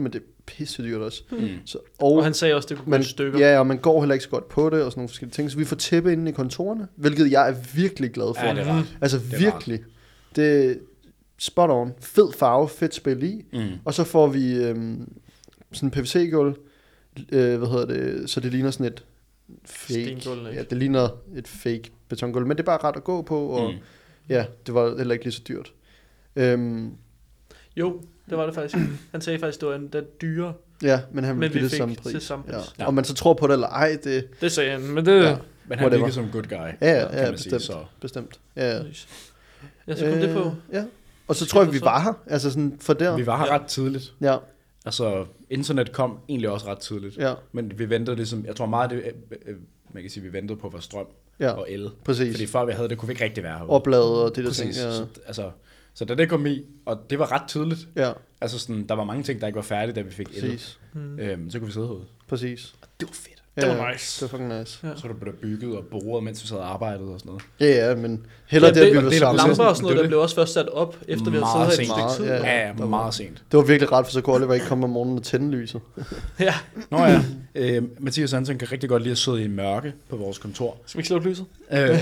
pisse dyrt også. Mm. Så, Og han sagde også, det kunne gå man, i stykker. ja, og man går heller ikke så godt på det, og sådan nogle forskellige ting. Så vi får tæppe inde i kontorerne, hvilket jeg er virkelig glad for. Ja, det er rart. Altså Det er virkelig. Det er spot on. Fed farve, fedt spil i. Mm. Og så får vi øhm, sådan en P V C-gulv, øh, hvad hedder det, så det ligner sådan et fake. Stengulv, ikke? Ja, det ligner et fake betongulv, men det er bare ret at gå på, og Mm. ja, det var heller ikke lige så dyrt. Øhm, Jo, det var det faktisk. Han sagde faktisk, det var en, den dyre. ja, men han Men ville vi give det fik samme pris. til samme pris. Ja. Ja. Om man så tror på det eller ej, det Det sagde han, men det... Ja. Ja. Men han Whatever. virker som good guy, ja, kan ja, man bestemt, sige. Så. bestemt. Ja, ja. Ja, så kom øh, det på. Ja. Og så tror jeg, vi Så- var her, altså sådan for der. Vi var her Ja. ret tidligt. Ja, Altså, internet kom egentlig også ret tidligt. ja, Men vi ventede ligesom, jeg tror meget, det, øh, øh, man kan sige, vi ventede på vores strøm ja, og el. præcis. Fordi før vi havde det, kunne vi ikke rigtig være herude. Opladet og det der ting. Præcis. Ja. Så, altså, så da det kom i, og det var ret tidligt, ja, altså sådan, der var mange ting, der ikke var færdige, da vi fik el. præcis. Mm. Øhm, så kunne vi sidde herude. Præcis. Det var fedt. Det var Ja, nice. Det var fucking nice. Ja. Så blev der bygget og boret, mens vi sad og arbejdede og sådan noget. Ja, ja, men heller Ja, det, at det- vi og var det er sammen. processen. Lamper og sådan noget, Det er der blev også først sat op, efter vi havde Meget siddet her et sent. stykke tid. Meget, Ja, ja. ja meget sent. Det var virkelig ret, for så kunne Oliver ikke komme om morgenen og tænde lyset. Ja. Nå ja, øh, Mathias Hansen kan rigtig godt lide at sidde i mørke på vores kontor. Skal vi ikke slukke lyset? Øh, og,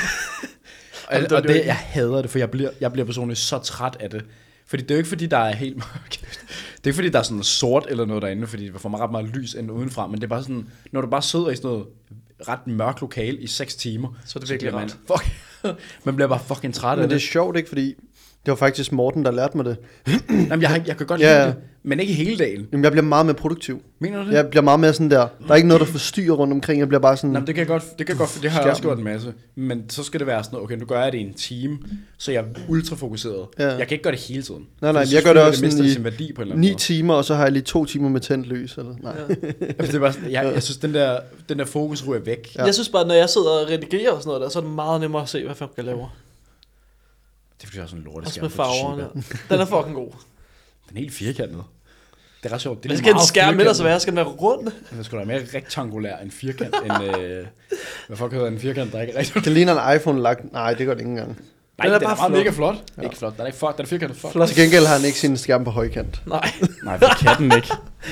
Jamen, det var og det det, jo- jeg hader det, for jeg bliver, jeg bliver personligt så træt af det. Fordi det er jo ikke fordi, der er helt mørkt. Det er ikke fordi, der er sådan noget sort eller noget derinde, fordi det får mig ret meget lys end udenfra. Men det er bare sådan, når du bare sidder i sådan noget ret mørkt lokale i seks timer, Så er det virkelig bliver man, rart. fuck, man bliver bare fucking træt af Men det er det. sjovt, ikke? Fordi det var faktisk Morten, der lærte mig det. Jamen, jeg, har- jeg kan godt Ja, lide ja. det, men ikke hele dagen. Jamen, jeg bliver meget mere produktiv. Mener du det? Jeg bliver meget mere sådan der. Der er ikke noget, der forstyrrer rundt omkring. Jeg bliver bare sådan... Nå, men det kan jeg godt, det kan jeg godt, det har jeg Skærmen. også gjort en masse. Men så skal det være sådan noget, okay, nu gør jeg det i en time, så jeg er ultrafokuseret. Ja. Jeg kan ikke gøre det hele tiden. Nej, nej, Fordi jeg så gør det føler også det mister sådan i sin værdi på en eller anden Ni måde. timer, og så har jeg lige to timer med tændt lys. Eller? Nej. Ja. Altså, det er bare sådan, jeg, jeg synes, den der, den der fokus ryger væk. Ja. Jeg synes bare, når jeg sidder og redigerer og sådan noget der, så er det meget nemmere at se, hvad fanden jeg laver. Det er fordi, jeg har sådan en Også lorteskærm med på farverne. Toshiba. Den er fucking god. Den er helt firkantet. Det er ret sjovt. Det er Hvad lige skal en meget skærm med dig så firkantet. være? Skal den være rund? Den skal da være mere rektangulær end firkant. end, øh, hvad fuck hedder en firkant, der ikke er rigtig. Det ligner en iPhone lagt... Nej, det gør det ikke engang. Nej, Den er den er bare bare flot. mega flot. Ja. Ikke flot. Den er ikke flot. Den er firkantet flot. Flot. Til gengæld har han ikke sin skærm på højkant. Nej. Nej, det kan den ikke.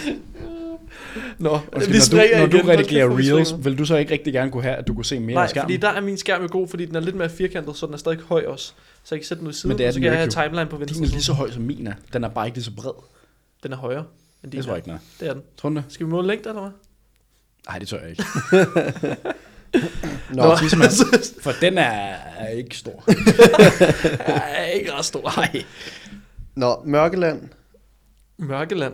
Nå, Undskyld, vi når springer du, når du igen. redigerer Hold kæft, hvor vi reels, springer. vil du så ikke rigtig gerne kunne have, at du kunne se mere Nej, af skærmen? fordi der er min skærm jo god, fordi den er lidt mere firkantet, så den er stadig høj også. Så jeg kan sætte den ud i siden, Men det er og så den kan jo jeg have ikke, jo. timeline på venstre Din er lige så side. høj som min er. Den er bare ikke lige så bred. Den er højere end din. Det tror jeg er. ikke, den er. Det er den. Tror du det? Skal vi måle længde, eller hvad? Nej, det tror jeg ikke. Nå, Nå, Tisman, for den er, er ikke stor. er ikke ret stor. Nej. Nå Mørkeland. Mørkeland.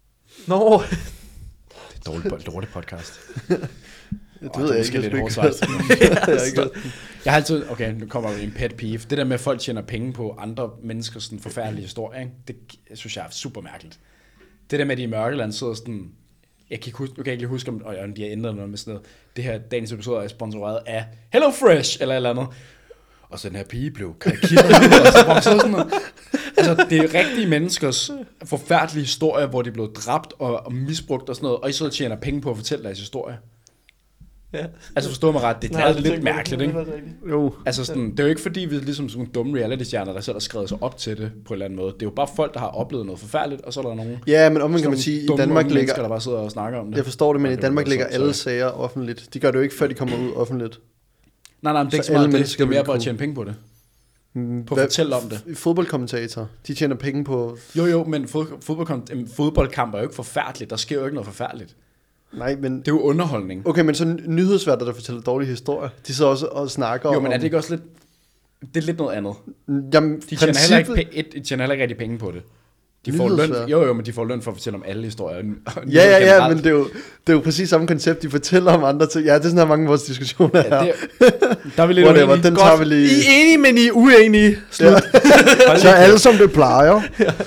Nå, Det er dårligt, po- dårligt podcast. Det Åh, ved det er jeg måske ikke. lidt jeg hårdt skal sagt. ikke- Jeg har ikke- Jeg har altid, okay, nu kommer der en pet peeve. Det der med, at folk tjener penge på andre menneskers sådan forfærdelige historier, ikke? Det synes jeg er super mærkeligt. Det der med, at de i Mørkeland sidder sådan... Jeg kan ikke huske, nu kan jeg ikke lige huske, om og de har ændret noget med sådan noget. Det her dagens episode er sponsoreret af Hello Fresh, eller et eller andet. Og så den her pige blev karikeret, og så var så sådan noget. Altså, det er rigtige menneskers forfærdelige historier, hvor de blev dræbt og, og misbrugt og sådan noget, og I sidder og tjener penge på at fortælle deres historie. ja. Altså, forstå mig ret, det Nej, er det lidt tænker jeg mærkeligt, ikke. ikke? Det er rigtigt. Jo. Altså sådan, det er jo ikke fordi, vi er ligesom sådan nogle dumme reality-stjerner, der selv har skrevet sig op til det på en eller anden måde. Det er jo bare folk, der har oplevet noget forfærdeligt, og så er der nogle Ja, men omvendt kan sådan man sige, i dumme Danmark unge ligger... mennesker, der bare sidder og snakker om det. Jeg forstår det, men Ja, i det Danmark var ligger så- alle så- sager offentligt. De gør det jo ikke, før de kommer ud offentligt. Nej, nej, men det er ikke så så meget alle det. Det mennesker er mere vil bare at kunne- tjene penge på det. Mm, På at fortælle om det. Fodboldkommentator, de tjener penge på... Jo, jo, men fod, fodboldkamp, en fodboldkamp er jo ikke forfærdeligt. Der sker jo ikke noget forfærdeligt. Nej, men... Det er jo underholdning. Okay, men så nyhedsværter, der fortæller dårlige historier, de sidder også og snakker Jo, om... men er det ikke også lidt... Det er lidt noget andet. Jamen, De tjener, heller ikke, princippet- pe- et, de tjener heller ikke rigtig penge på det. De får løn, Nyhedsvært. jo, jo, men de får løn for at fortælle om alle historier. og Ja, ja, ja, generelt. men det er, jo, det er jo præcis samme koncept, de fortæller om andre ting. Ja, det er sådan her mange af vores diskussioner her. Ja, det, der er vi lidt Whatever, uenige. den Godt. tager vi lige... I er enige, men I er uenige. Slut. Ja. Så alle som det plejer.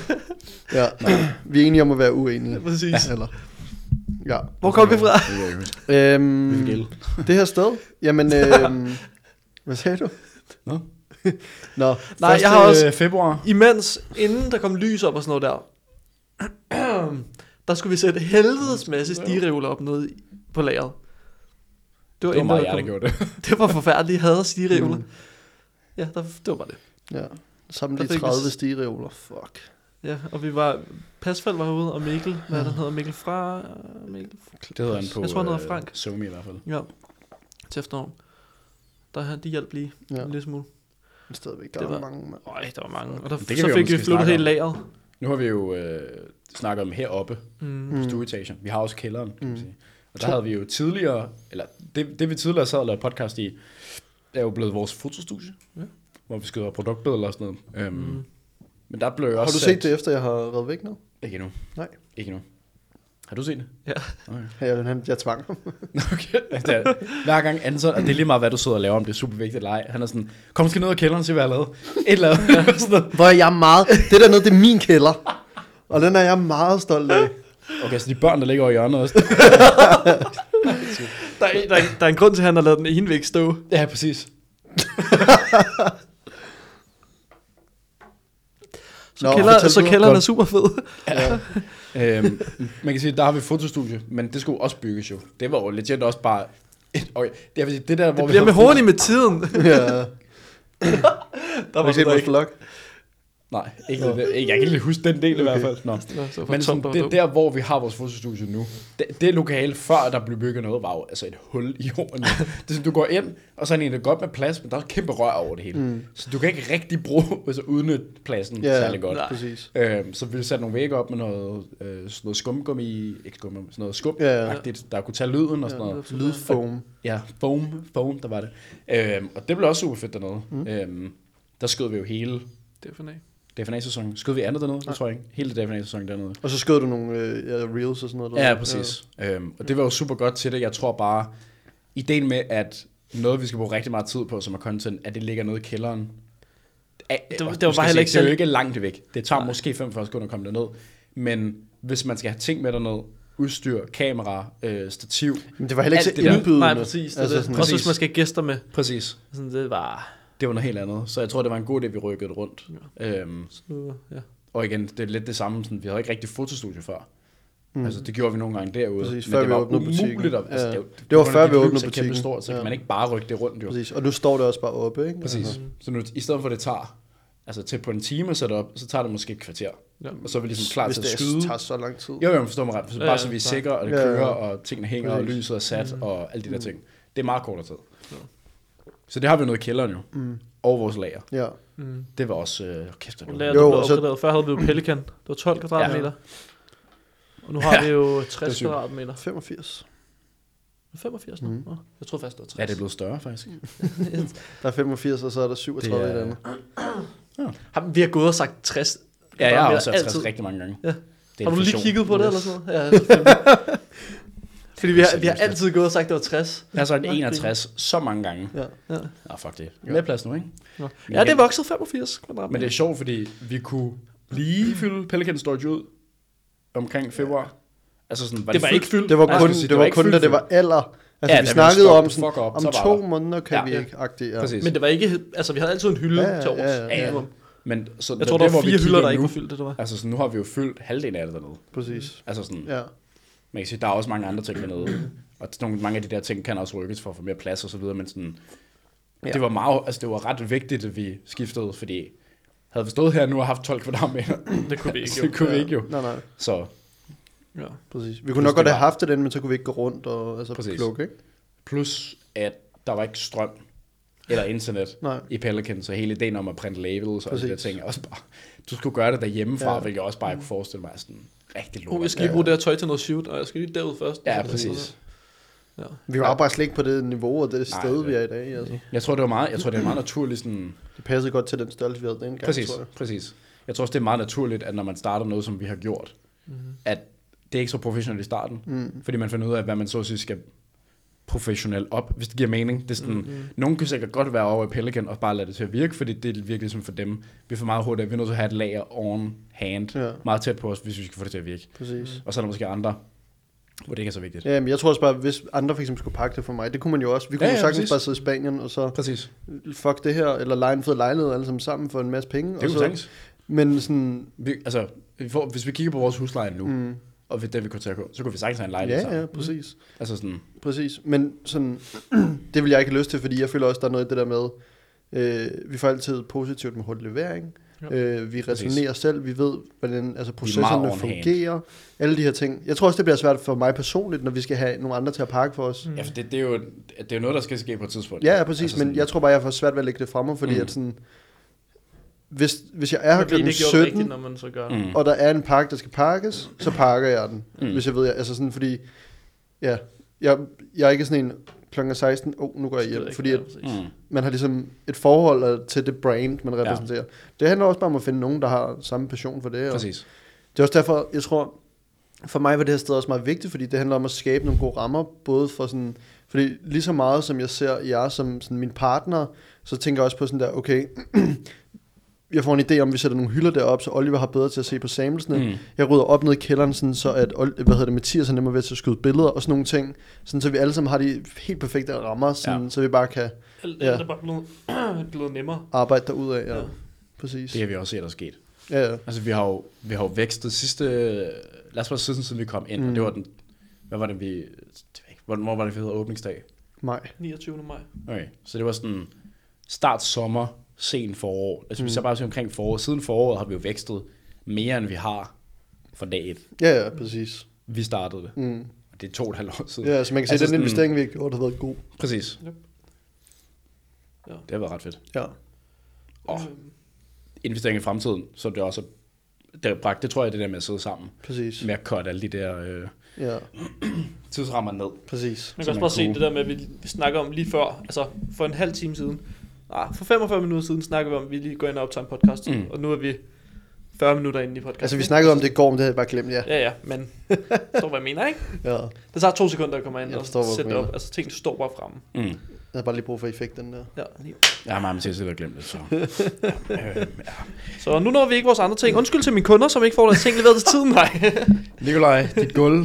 Ja, vi er enige om at være uenige. Præcis. Eller, ja. Hvor kom vi fra? Det kan jeg huske. Øhm, Vi fik el. det her sted, jamen, øhm, hvad sagde du? Nå. Nå, Nej, Første, jeg har også... øh, februar. Imens, inden der kom lys op og sådan noget der, der skulle vi sætte helvedes masse stigereoler op nede i- på lageret. Det var, Det var inden meget, der jeg der kom- gjorde det. Det var forfærdeligt. Jeg hader stigereoler. Mm. Ja, der, det var bare det. ja. Sammen Der lige fik vi tredive s- stigereoler. Fuck. Ja, og vi var... Pasfald var herude, og Mikkel, hvad er det, han hedder? Mikkel fra... Mikkel? Det hedder han på Jeg tror, han hedder Frank. øh, Zoom i hvert fald. Ja, til efterår. Der har de hjælp lige Ja. en lille smule. Men stadigvæk, der Det var, var- mange, mand. Øj, der var mange. Og der, Det kan så vi jo fik vi måske flyttet snakke helt om. lageret. Nu har vi jo øh, snakket om heroppe Mm. på Mm. stueetagen. Vi har også kælderen, kan man Mm. sige. Og der havde vi jo tidligere, eller det, det vi tidligere sad og lavede podcast i, er jo blevet vores fotostudie, Ja. hvor vi skyder produktbilleder og sådan noget. Øhm, Mm. Men der blev jo Har også du set det, efter jeg har reddet væk nu? Ikke endnu. Nej. Ikke endnu. Har du set det? Ja. Okay. Ja, han, jeg tvang ham. Okay. Det er, hver gang Anton, og det er lige meget, hvad du sidder og laver, om det er super vigtigt eller ej. Han er sådan, kom, skal ned ad kælderen og se, hvad jeg har lavet. Et eller andet. Sådan noget. Hvor er jeg meget... Det dernede, det er min kælder. Og den er jeg meget stolt af. Okay, så de børn, der ligger over i hjørnet også. Der, er, der, er, der er en grund til, at han har lavet den ene væg stå. Ja, præcis. Så, Nå, kælder, fortæl så du. kælderen er Godt. super fed. Ja. øhm, man kan sige, der har vi fotostudie, men det skulle også bygges jo. Det var jo legit også bare... Et, okay, det, jeg vil sige, det der, hvor Det vi bliver med havde horny med tiden. ja. Der Har var du set der vores ikke. vlog? Nej, ikke, det, ikke, jeg kan ikke lige huske den del i hvert fald. Nå. Nå, så Men sådan, det er der, hvor vi har vores fotostudie nu. Det, det lokale, før der blev bygget noget, var jo altså et hul i jorden. Det er sådan, du går ind, og så er det egentlig godt med plads, men der er et kæmpe rør over det hele. Mm. Så du kan ikke rigtig bruge, altså udnytte pladsen Ja, særlig godt. nej. Præcis. Øhm, så vi satte nogle vægge op med noget, øh, sådan noget skumgummi, ikke skum, sådan noget skum, Ja, ja. der kunne tage lyden og sådan Ja, noget. det Lydfoam. Ja, foam, foam, der var det. Øhm, og det blev også super fedt dernede. Mm. Øhm, der skød vi jo hele Det er for nej. D F N A-sæsonen. Skød vi andet dernede? Det tror jeg ikke. Hele D F N A-sæsonen dernede. Og så skød du nogle øh, ja, reels og sådan noget. Ja, der. præcis. Ja. Øhm, og det var jo super godt til det. Jeg tror bare, ideen med, at noget, vi skal bruge rigtig meget tid på, som er content, at det ligger nede i kælderen. Det, det var du bare skal heller se, ikke det er jo selv- ikke langt væk. Det tager Nej. måske femogfyrre sekunder at komme derned. Men hvis man skal have ting med derned, udstyr, kamera, øh, stativ. Men det var heller ikke Alt så det der. indbydende. Nej, præcis. Det Altså, altså, sådan- det. Også præcis. hvis man skal have gæster med. Præcis. Sådan, det var... Det var noget helt andet. Så jeg tror, det var en god idé, vi rykkede rundt. Ja. Øhm, Så, ja. og igen, det er lidt det samme. Sådan, vi havde ikke rigtig fotostudie før. Mm. Altså, det gjorde vi nogle gange derude. Præcis, men før det vi var åbnede butikken. umuligt at, altså, Ja. det, var- Det var på grund før af, vi dit åbnede hus er butikken. Kæmpestort, så Ja. kan man ikke bare rykke det rundt, jo. Præcis. Og nu står det også bare oppe, ikke? Præcis. Altså. Så nu, i stedet for at det tager, altså til på en time at sætte op, så tager det måske et kvarter. Ja. Og så er vi ligesom klar Hvis til at det skyde. tager så lang tid. Jo, jo, forstår mig ret. Så Ja, bare ja, så vi er klar. sikre, og det Ja, ja. kører, og tingene hænger, og Præcis. lyset er sat, Mm. og alle de der ting. Det er meget kortere tid. Ja. Så det har vi noget i kælderen jo. Mm. Og vores lager. Ja. Mm. Det var også... Øh, kæft, det var Lageret, Jo, jo, blev og så- opgraderet. Før havde vi jo Pelican. Det var tolv kvadratmeter. Og nu har Ja, vi jo det tres er sygt. kvadratmeter. femogfirs. femogfirs nu? Mm. Mm. Jeg troede først, det var tres. Ja, det er blevet større, faktisk. Der er femogfirs, og så er der syvogtredive Det i er- det andet. Har, vi har gået og sagt tres Ja, jeg har kvadratmeter også sagt tres altid. rigtig mange gange. Ja. Det er Har du lige inflation. kigget på det, Yes. eller sådan noget? Ja, selvfølgelig. Fordi vi har, vi har Seriøst, altid gået og sagt, det var tres. Jeg har sagt Nå, enogtres så mange gange. Ja. Ja, Nå, fuck det. Ja. Mere plads nu, ikke? Nå. Men ja det er igen- vokset femogfirs kvadratmeter. Men det er sjovt, fordi vi kunne lige fylde Pelican Storage ud omkring februar. Altså sådan, var det var fyldt? ikke fyldt. Det var Nej, jeg kun, skulle sige, det det var var ikke kun da fyldt det var alder. Altså, Ja, vi da vi snakkede stoppede om sådan, fuck op, om så var to der. måneder kan Ja. vi Ja. ikke agtige. Ja. Præcis. Men det var ikke, altså vi havde altid en hylde Ja, ja, til års. ja, ja, ja. Men så Jeg tror, der var fire hylder, der ikke nu, var fyldt, det der var. altså sådan, nu har vi jo fyldt halvdelen af det dernede. Præcis. Altså sådan, Ja. man kan sige, der er også mange andre ting dernede. Og nogle, mange af de der ting kan også rykkes for at få mere plads og så videre, men sådan, Ja. det var meget, altså det var ret vigtigt, at vi skiftede, fordi havde vi stået her nu og haft tolv kvadratmeter, Det kunne vi ikke så jo. kunne vi ikke jo. Nej, nej. Så Ja. Præcis. Vi kunne nok godt det have var- haft det den, men så kunne vi ikke gå rundt og altså, Præcis. plukke, ikke? plus, at der var ikke strøm eller internet Nej. i Pelican, så hele ideen om at printe labels og alle de der Præcis. ting, er også bare, du skulle gøre det derhjemmefra, Ja. ja. hvilket jeg også bare kunne forestille mig er sådan rigtig lort. Oh, jeg skal lige Ja. bruge det her tøj til noget shoot, og jeg skal lige derud først. Ja, Så- præcis. Ja. Vi var bare slet ikke på det niveau og det Nej, sted, det- vi er i dag. Altså. Jeg tror, det var meget, jeg tror, det er meget naturligt sådan, Det passede godt til den størrelse, vi havde dengang, præcis, tror jeg. præcis. Jeg tror også, det er meget naturligt, at når man starter noget, som vi har gjort, Mhm. at det er ikke så professionelt i starten, Mm. fordi man finder ud af, hvad man så at sige skal professionelt op, hvis det giver mening. Det er sådan, Mhm. mm-hmm. Nogen kan sikkert godt være over i Pelican og bare lade det til at virke, fordi det er virkelig ligesom for dem. Vi er for meget hurtigt, vi er nødt til at have et lager on hand, Ja, meget tæt på os, hvis vi skal få det til at virke. præcis. Og så er der måske andre, hvor det ikke er så vigtigt. Ja, men jeg tror også bare, hvis andre for eksempel skulle pakke det for mig, det kunne man jo også. Vi kunne Ja, jo ja, sagtens præcis. bare sidde i Spanien, og så Præcis. fuck det her, eller lege en fed lejlighed alle sammen sammen for en masse penge. Det og kunne så, sagtens. men sådan, Vi, altså, vi får, hvis vi kigger på vores husleje nu, mm. mm, og det vi kunne tage på, så kunne vi sagtens have en lejlighed ja, sammen. ja, præcis. Altså sådan, Præcis, men sådan, det vil jeg ikke have lyst til, fordi jeg føler også, der er noget i det der med, øh, vi får altid positivt med hurtig levering, Ja. Øh, vi returnerer selv, vi ved, hvordan altså, processerne fungerer, alle de her ting. Jeg tror også, det bliver svært for mig personligt, når vi skal have nogle andre til at pakke for os. Mm. Ja, for det, det, er jo, det er jo noget, der skal ske på et tidspunkt. Ja, ja præcis, altså, sådan, men jeg tror bare, jeg får svært ved at lægge det fremme, fordi mm. at sådan... Hvis, hvis jeg er her klokken sytten, rigtigt, når man så gør det. Mm. og der er en pakke, der skal pakkes, så pakker jeg den. Mm. Hvis jeg ved, jeg, altså sådan, fordi, ja, jeg, jeg er ikke sådan en klokken seksten, åh, oh, nu går jeg hjem. Fordi at, mm. man har ligesom et forhold til det brand, man repræsenterer. Ja. Det handler også bare om at finde nogen, der har samme passion for det. Præcis. Det er også derfor, jeg tror, for mig var det her sted også meget vigtigt, fordi det handler om at skabe nogle gode rammer, både for sådan, fordi lige så meget som jeg ser jer som sådan min partner, så tænker jeg også på sådan der, okay, jeg får en idé om, at vi sætter nogle hylder derop, så Oliver har bedre til at se på samplesne. Mm. Jeg rydder op ned i kælderen, sådan, så at hvad hedder det, Mathias er nemmere ved til at skyde billeder og sådan nogle ting, sådan, så vi alle sammen har de helt perfekte rammer, sådan, ja. Så vi bare kan alt, ja, alt er bare blevet, blevet nemmere. Arbejde derudad, ja. ja. Præcis. Det har vi også set, der er sket. Ja, ja. Altså, vi har jo, vi har jo vækstet sidste, lad os bare siden, siden vi kom ind, mm. og det var den, hvad var det, vi, hvornår var det, vi hedder åbningsdag? Maj. niogtyvende maj. Okay, så det var sådan start sommer, sen forår. Altså, mm. hvis jeg bare siger omkring forår, siden foråret har vi jo vækstet mere, end vi har for dag et. Ja, ja, præcis. Vi startede det. Mm. Og det er to og et halvt år siden. Ja, så man kan se, altså, den investering, vi har gjort, har været god. Præcis. Yep. Ja. Det har været ret fedt. Ja. Og investering i fremtiden, så det også det, bragt, det tror jeg, det der med at sidde sammen. Præcis. Med at cutte alle de der øh, ja. tidsrammer ned. Præcis. Man kan også bare se det der med, at vi, vi snakker om lige før, altså for en halv time siden, ah, for femogfyrre minutter siden snakker vi om, at vi lige går ind og optager en podcast, mm. og nu er vi fyrre minutter inde i podcasten. Altså vi snakkede om det i går, men det havde jeg bare glemt, ja. Ja, ja, men forstår hvad jeg mener, ikke? Ja. Det tager to sekunder at komme ind jeg og forstår, sætte op, altså ting står bare fremme. Mm. Jeg har bare lige brug for effekten der. Ja, lige. Jeg har meget til at sætte og glemt det, så. ja, øh, ja. Så nu når vi ikke vores andre ting. Undskyld til mine kunder, som ikke får deres ting leveret til tiden, nej. Nikolaj, dit gulv.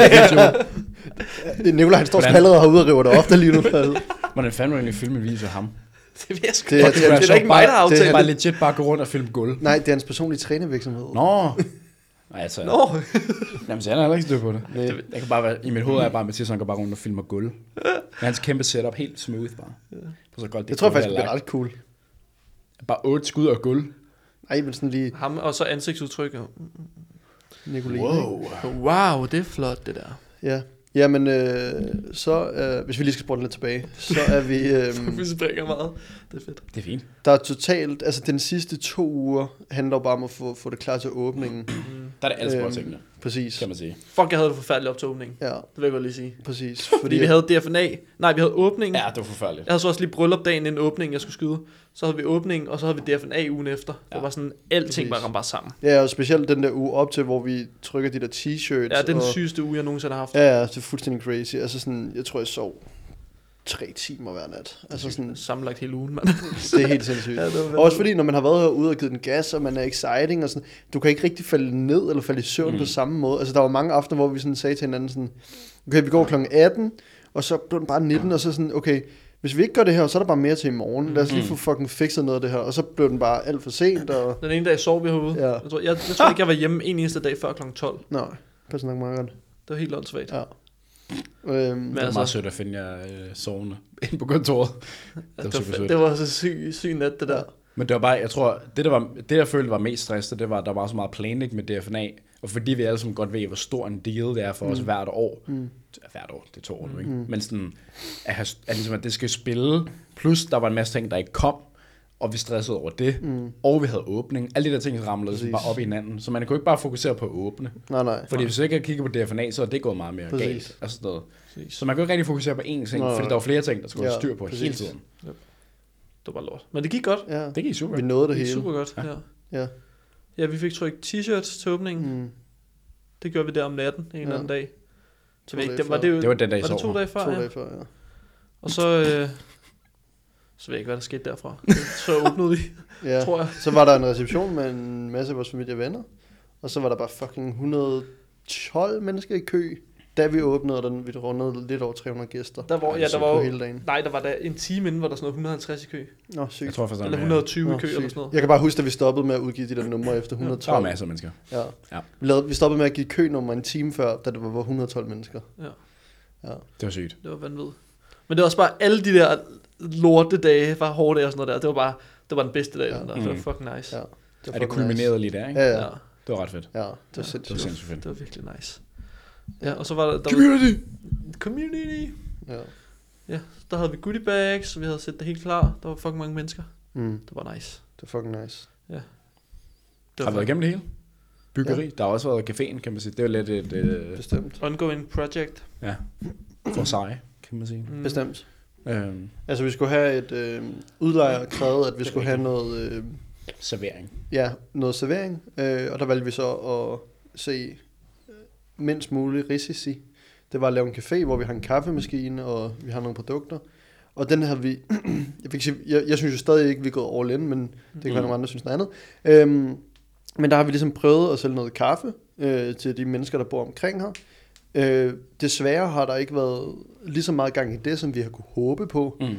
Nikolaj, han står sådan allerede herude og river det ofte lige nu. Hvordan fanden må egentlig filme en video af ham? Det ved jeg sgu det, det, det, det, det er ikke mig, der har aftalt. Det er bare legit bare gå rundt og filme gulv. Nej, det er hans personlige trænervirksomhed. Nå. Nej, altså. Nå. Jamen, så han er heller ikke styr på det. det. Det kan bare være, i mit hoved er bare, Mathias, han går bare rundt og filmer gulv. Men hans kæmpe setup, helt smooth bare. Så godt, det jeg tror faktisk, det bliver ret cool. Bare otte skud og guld. Nej, men sådan lige... Ham og så ansigtsudtryk. Nicoline. Wow. Wow, det er flot, det der. Ja. Jamen, øh, så, øh, hvis vi lige skal spurgte lidt tilbage, så er vi... Øh, vi springer meget. Det er fedt. Det er fint. Der er totalt, altså den sidste to uger handler bare om at få, få det klar til åbningen. Mm. Der er det alle sportstingene. Øh, præcis. Kan man sige. Fuck, jeg havde det forfærdeligt op til åbningen. Ja. Det vil jeg godt lige sige. Præcis. Fordi, fordi vi havde D F N A. Nej, vi havde åbningen. Ja, det var forfærdeligt. Jeg havde så også lige bryllup dagen inden åbningen, jeg skulle skyde. Så havde vi åbningen, og så havde vi D F N A ugen efter. Ja. Det var sådan, alting bare ramte bare sammen. Ja, og specielt den der uge op til, hvor vi trykker de der t-shirts. Ja, det er den og... sygeste uge, jeg nogensinde har haft. Ja, ja, det er fuldstændig crazy. Altså sådan, jeg tror, jeg sov tre timer hver nat. Altså sådan... Sammenlagt hele ugen, mand. Det er helt sindssygt. Ja, også fordi, når man har været herude og givet den gas, og man er exciting, og sådan, du kan ikke rigtig falde ned eller falde i søvn mm. på samme måde. Altså, der var mange aftener, hvor vi sådan sagde til hinanden sådan, okay, vi går klokken atten, og så blev den bare nitten, og så sådan, okay, hvis vi ikke gør det her, så er der bare mere til i morgen. Lad os lige få fucking fikset noget af det her. Og så blev den bare alt for sent. Og... Den ene dag sov vi herude. Ja. Jeg, tror, jeg, jeg tror ikke, jeg var hjemme en eneste dag før klokken tolv. Nej, passer nok meget godt. Det var helt åndssvagt. Ja. Øhm, det var altså, meget sødt at finde jer øh, sovende ind på kontoret. Det var, det var, det var så syg, syg nat, det der. Ja. Men det var bare, jeg tror, det der, var, det der følte var mest stresset, det var, der var så meget planlægning med D F N A. Og fordi vi alle sammen godt ved, hvor stor en deal det er for mm. os hvert år. Mm. Hvert år, det er to år nu, ikke? Mm. Men sådan, at, have, at, ligesom, at det skal spille. Plus, der var en masse ting, der ikke kom. Og vi stressede over det. Mm. Og vi havde åbning. Alle de der ting ramlede bare op i hinanden. Så man kunne ikke bare fokusere på at åbne. Nej, nej. Fordi hvis du ikke kigger på D F N A, så er det gået meget mere præcis. Galt. Altså sådan noget. Så man kunne ikke rigtig fokusere på én ting. Nej, fordi der var flere ting, der skulle ja, styr på præcis. Hele tiden. Ja. Det var bare lort. Men det gik godt. Ja. Det gik super. Vi nåede det hele. Det gik super godt, ja. Ja, ja. Ja, vi fik trykt t-shirts til åbningen. Mm. Det gjorde vi der om natten en ja. eller anden dag. To dage det, var det, jo, det var den dag var det to dage før, to ja. dage før, ja. Og så, øh, så ved jeg ikke, hvad der skete derfra. Så åbnede vi, ja. tror jeg. Så var der en reception med en masse af vores familie og venner. Og så var der bare fucking et hundrede og tolv mennesker i kø, da vi åbnede, og den, vi rundede lidt over tre hundrede gæster. Der var, ja, der var hele dagen. Nej, der var der en time inden, hvor der sådan noget et hundrede og halvtreds i kø. Nå, sygt. Jeg tror faktisk, eller et hundrede og tyve ja. i kø, Nå, eller sådan noget. Jeg kan bare huske, at vi stoppede med at udgive de der numre efter et hundrede og tolv. Der var masser af mennesker. Ja. ja. Vi, lavede, vi stoppede med at give kønummer en time før, da det var et hundrede og tolv mennesker. Ja. Ja. Det var sygt. Det var vanvittigt. Men det var også bare alle de der lorte dage, var hårde dage og sådan noget der. Det var bare, det var den bedste dag, ja. Den der. Det var fucking nice. Ja. Er det fucking kulmineret lige der, ikke? Ja, Ja, ja. Det var ret fedt. Ja, det var Ja, Det sindssygt. var sindssygt fedt. det var virkelig nice. Ja, og så var der... der Community! Var, community! Ja. Ja, der havde vi goodie bags, vi havde set det helt klar. Der var fucking mange mennesker. Mm, Det var nice. det er fucking nice. Det Har var været igennem det hele? Byggeri. Ja. Der har også været caféen, kan man sige. Det var lidt et... Øh, Bestemt. ongoing project. ja, for sig, kan man sige. Mm. Bestemt. Øhm, Altså, vi skulle have et øh, udlejer krævede, at vi Det er skulle have noget, øh, servering. ja, noget servering, øh, og der valgte vi så at se øh, mindst muligt risici. Det var at lave en café, hvor vi har en kaffemaskine, og vi har nogle produkter. Og den havde vi, jeg, fik sige, jeg, jeg synes jo stadig ikke, vi er gået all in, men det kan Mm. være nogle andre, der synes noget andet. Øhm, men der har vi ligesom prøvet at sælge noget kaffe øh, til de mennesker, der bor omkring her. Øh, desværre har der ikke været lige så meget gang i det, som vi har kunne håbe på. Mm.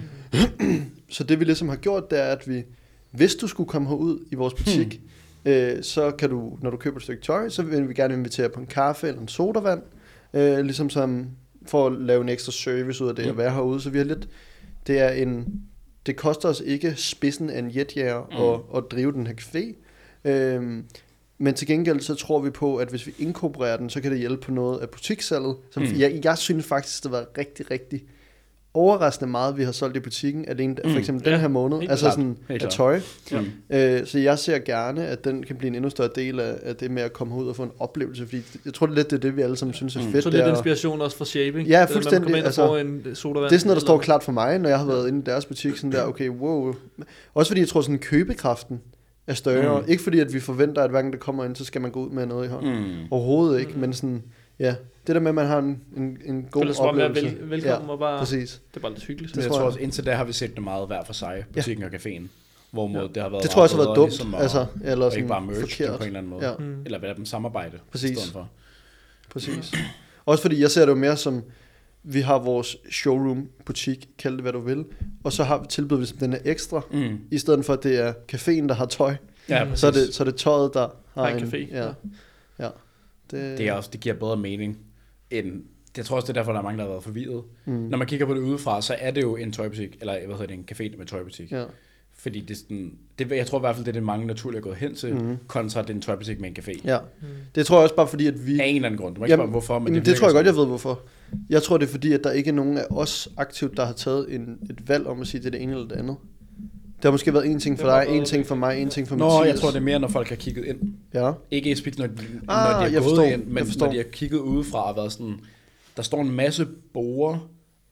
Så det vi ligesom har gjort, det er, at vi, hvis du skulle komme herud i vores butik, hmm. øh, så kan du, når du køber et stykke tøj, så vil vi gerne invitere på en kaffe eller en sodavand, øh, ligesom som for at lave en ekstra service ud af det, Mm. at være herude. Så vi har lidt, det er en, det koster os ikke spidsen af en jetjager Mm. at, at drive den her café. Øh, men til gengæld så tror vi på, at hvis vi inkorporerer den, så kan det hjælpe på noget af butikssalget. Så Mm. jeg, jeg synes faktisk, det var rigtig, rigtig overraskende meget, vi har solgt i butikken, alene for Mm. eksempel Ja, den her måned, helt altså klart. sådan Helt af klart. tøj. Ja. Mm. Øh, så jeg ser gerne, at den kan blive en endnu større del af, af det med at komme ud og få en oplevelse, fordi jeg tror det er lidt, det er det, vi alle sammen synes er Mm. fedt. Så det lidt er- inspiration også for shaping. Ja, Det, fuldstændig, Man kommer ind og altså, får en sodavand. det er sådan noget, der står eller- klart for mig, når jeg har været inde i deres butik, sådan der, okay, wow. Også fordi jeg tror, sådan købekraften er større. Mm. Ikke fordi, at vi forventer, at hver gang det kommer ind, så skal man gå ud med noget i hånden. Mm. Overhovedet ikke, Mm. men sådan, ja, det der med, at man har en, en, en god Føler sig bare mere oplevelse. vel, velkommen, og bare, Præcis. det er bare lidt hyggeligt. Men jeg tror tror jeg. også, indtil da har vi set det meget hver for sig, butikken og caféen. Hvorimod Ja. det har været Det tror jeg også har meget været bedre dumt, ligesom at- altså, eller og sådan ikke bare merge det forkert. på en eller anden måde. Ja. Mm. Eller hvad dem samarbejde Præcis. i stedet for. Præcis. Også fordi jeg ser det jo mere som, vi har vores showroom, butik, kald det hvad du vil, og så har vi tilbudt ligesom den er ekstra, Mm. i stedet for at det er caféen, der har tøj, Ja, Mm. præcis. så er, det, så er det tøjet, der har Har en café. Ja, ja. Det, Det, er også, det giver bedre mening end... Jeg tror også, det er derfor, der er mange, der har været forvirret. mm, Når man kigger på det udefra, så er det jo en tøjbutik, eller hvad hedder det, en café med tøjbutik. ja. Fordi det er sådan, det, jeg tror i hvert fald, det er det mange naturligt er gået hen til, Mhm. kontra det er en tøjbutik med en café. ja. Mm. Det tror jeg også bare fordi, at vi... Af en eller anden grund. Du må ikke Jamen, spørge, hvorfor, men Men det, det, det tror jeg godt, virker jeg ved hvorfor. Jeg tror, det er fordi, at der ikke er nogen af os aktivt, der har taget en, et valg om at sige, det er det ene eller det andet. Det har måske været en ting for Det har dig, været en ting det. for mig, en ting for Nå, Mathias. jeg tror, det er mere, når folk har kigget ind. Ja, Ikke specifikt, når, når Ah, de har jeg gået forstår, ind, jeg men forstår. når de har kigget udefra og været sådan, der står en masse borer,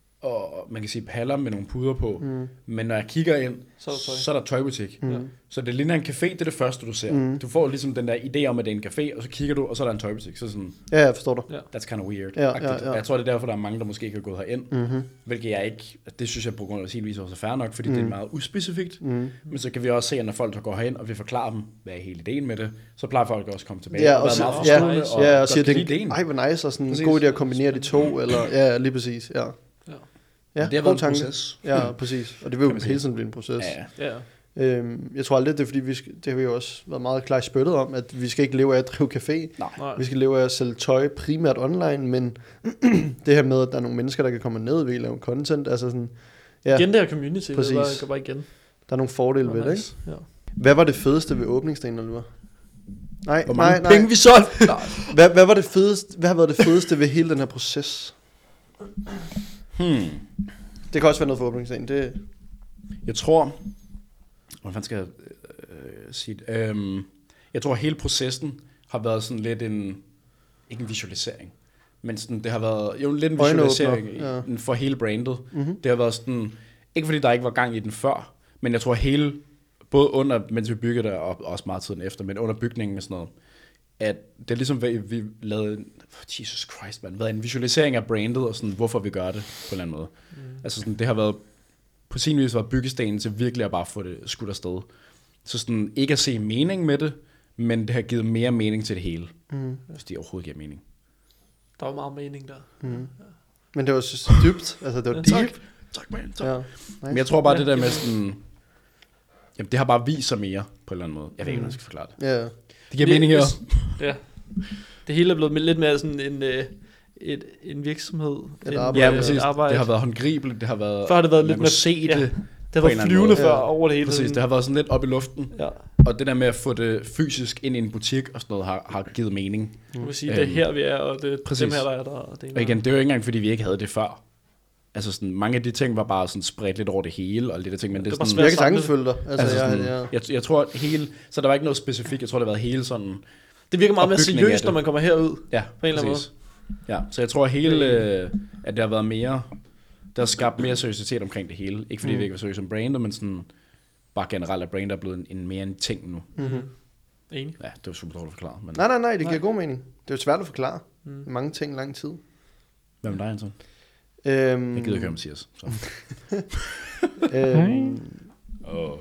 og man kan sige paller med nogle puder på, mm, men når jeg kigger ind, Så er der tøj. så er der tøjbutik. mm, Ja. Så det ligner en café, det er det første, du ser. Mm. Du får ligesom den der idé om, at det er en café, og så kigger du, og så er der en tøjbutik. Så sådan, ja, jeg forstår dig. Ja. that's kind of weird. Ja, ja, ja. Jeg tror, det er derfor, der er mange, der måske ikke har gået herind, Mm-hmm. hvilket jeg ikke, det synes jeg på grund af sin vis også er fair nok, fordi Mm. det er meget uspecifikt. Mm. Men så kan vi også se, at når folk går herind, og vi forklarer dem, hvad er hele ideen med det, så plejer folk også at komme tilbage Ja, og og, være så, meget ja, forstående, og, ja, og godt siger, kan det lide ideen. ej, hvor nice, og sådan en Præcis. god idé at kombinere de to, eller, ja, lige præcis, ja. Ja. Ja, det har god været en tanke. proces. Ja, præcis. Og det vil Kan jo man sige. hele tiden blive en proces. Ja, ja. Ja. Øhm, jeg tror aldrig, det er fordi, vi skal, det har vi jo også været meget klar i spyttet om, at vi skal ikke leve af at drive café. Nej. Nej. Vi skal leve af at sælge tøj primært online, men det her med, at der er nogle mennesker, der kan komme ned ved at lave content, altså sådan, ja, Igen det her community, det Præcis. var, går bare igen. der er nogle fordele ved det, ikke? Nice. Ja. Hvad var det fedeste ved åbningsdagen, Oliver? Nej, Hvor nej, mange nej. penge vi solgte? Hvad, hvad, var det fedeste, hvad har været det fedeste ved hele den her proces? Hmm. Det kan også være noget for åbningsdagen. Det, Jeg tror, hvordan fanden skal jeg øh, sige det? Øhm, jeg tror, hele processen har været sådan lidt en, ikke en visualisering, men sådan, det har været jo lidt en Øjenåbner, visualisering ja. ja. for hele brandet. mm-hmm. Det har været sådan, ikke fordi der ikke var gang i den før, men jeg tror hele, både under, mens vi byggede det, og også meget tiden efter, men under bygningen og sådan noget, at det er ligesom, vi, vi lavede en, Jesus Christ, man, været en visualisering af brandet, og sådan, hvorfor vi gør det, på en eller anden måde. Mm. Altså sådan, det har været, på sin vis været byggestenen til virkelig at bare få det skudt afsted. Så sådan, ikke at se mening med det, men det har givet mere mening til det hele, Mm. hvis det overhovedet giver mening. Der var meget mening der. Mm. Men det var så dybt, altså det var Ja, deep. tak. Tak, man. Tak. Ja, nice. Men jeg tror bare, Ja, det der med jamen. sådan, jamen, det har bare vist sig mere, på en eller anden måde. Jeg ved ikke, hvordan jeg skal forklare det. Ja, Det giver Det- mening her. hvis- Ja. Det hele er blevet lidt mere sådan en, øh, et, en virksomhed. Et en, arbejde. Ja, øh, præcis. arbejde. Det har været håndgribeligt, det har været... Før har det været man lidt kunne mere- se ja. det. Det har på en været eller anden flyvende måde. før Ja. over det hele. Præcis, sådan. det har været sådan lidt op i luften. Ja. og det der med at få det fysisk ind i en butik og sådan noget, har, har givet mening. Du vil sige, Øhm, det er her, vi er, og det er præcis. dem her, der er der. Og, det er Og igen, det er jo ikke engang, fordi vi ikke havde det før. Altså sådan, mange af de ting var bare sådan spredt lidt over det hele, og lidt af ting, men det er Det var sådan... svært. Jeg kan sagtens følge dig. Altså, Altså jeg, sådan, jeg, jeg, jeg tror, at hele... Så der var ikke noget specifikt, jeg tror, det har været hele sådan... Det virker meget mere opbygning af seriøst, det. når man kommer herud. Ja, På en eller anden præcis. Ja, så jeg tror, at hele... Øh, at det har været mere... Der har skabt mere seriøsitet omkring det hele. Ikke fordi mm. vi ikke var seriøse som brander, men sådan... Bare generelt, at brander er blevet en, en mere en ting nu. mm-hmm. Enig. Ja, det var super dårligt forklaret. Men... Nej, nej, nej, det giver Nej. god mening. Det er jo svært at forklare. Mm. Mange ting, lang tid. Hvad med dig, Anton? Øhm, Jeg gider ikke høre Mathias. Så. øhm, Oh.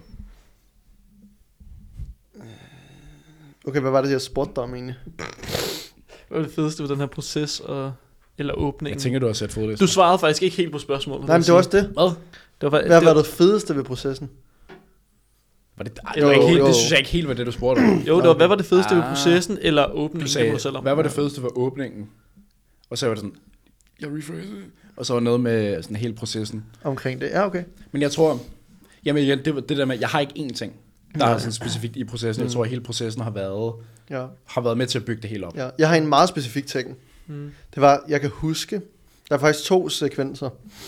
okay, hvad var det, jeg spurgte dig om egentlig? Hvad var det fedeste ved den her proces, og, eller åbningen? Jeg tænker, du har sat fodliste. Du svarede faktisk ikke helt på spørgsmålet. Nej, men det var også det. Hvad? Det var, Hvad det var det fedeste ved processen? Var det, ej, det, var Jo, ikke helt, jo. det synes jeg ikke helt var det, du spurgte om. Jo, det var, hvad var det fedeste ved Ah. processen, eller åbningen? Du Det sagde, må du selv om. hvad var det fedeste ved åbningen? Og så var det sådan, jeg rephrasede. Og så var noget med sådan hele processen. Omkring det? Ja, okay. Men jeg tror, jamen igen, det, var det der med, jeg har ikke én ting, der er sådan specifikt i processen. Jeg tror, at hele processen har været, Ja. har været med til at bygge det hele op. Ja. Jeg har en meget specifik ting. Mm. Det var, jeg kan huske, der er faktisk to sekvenser.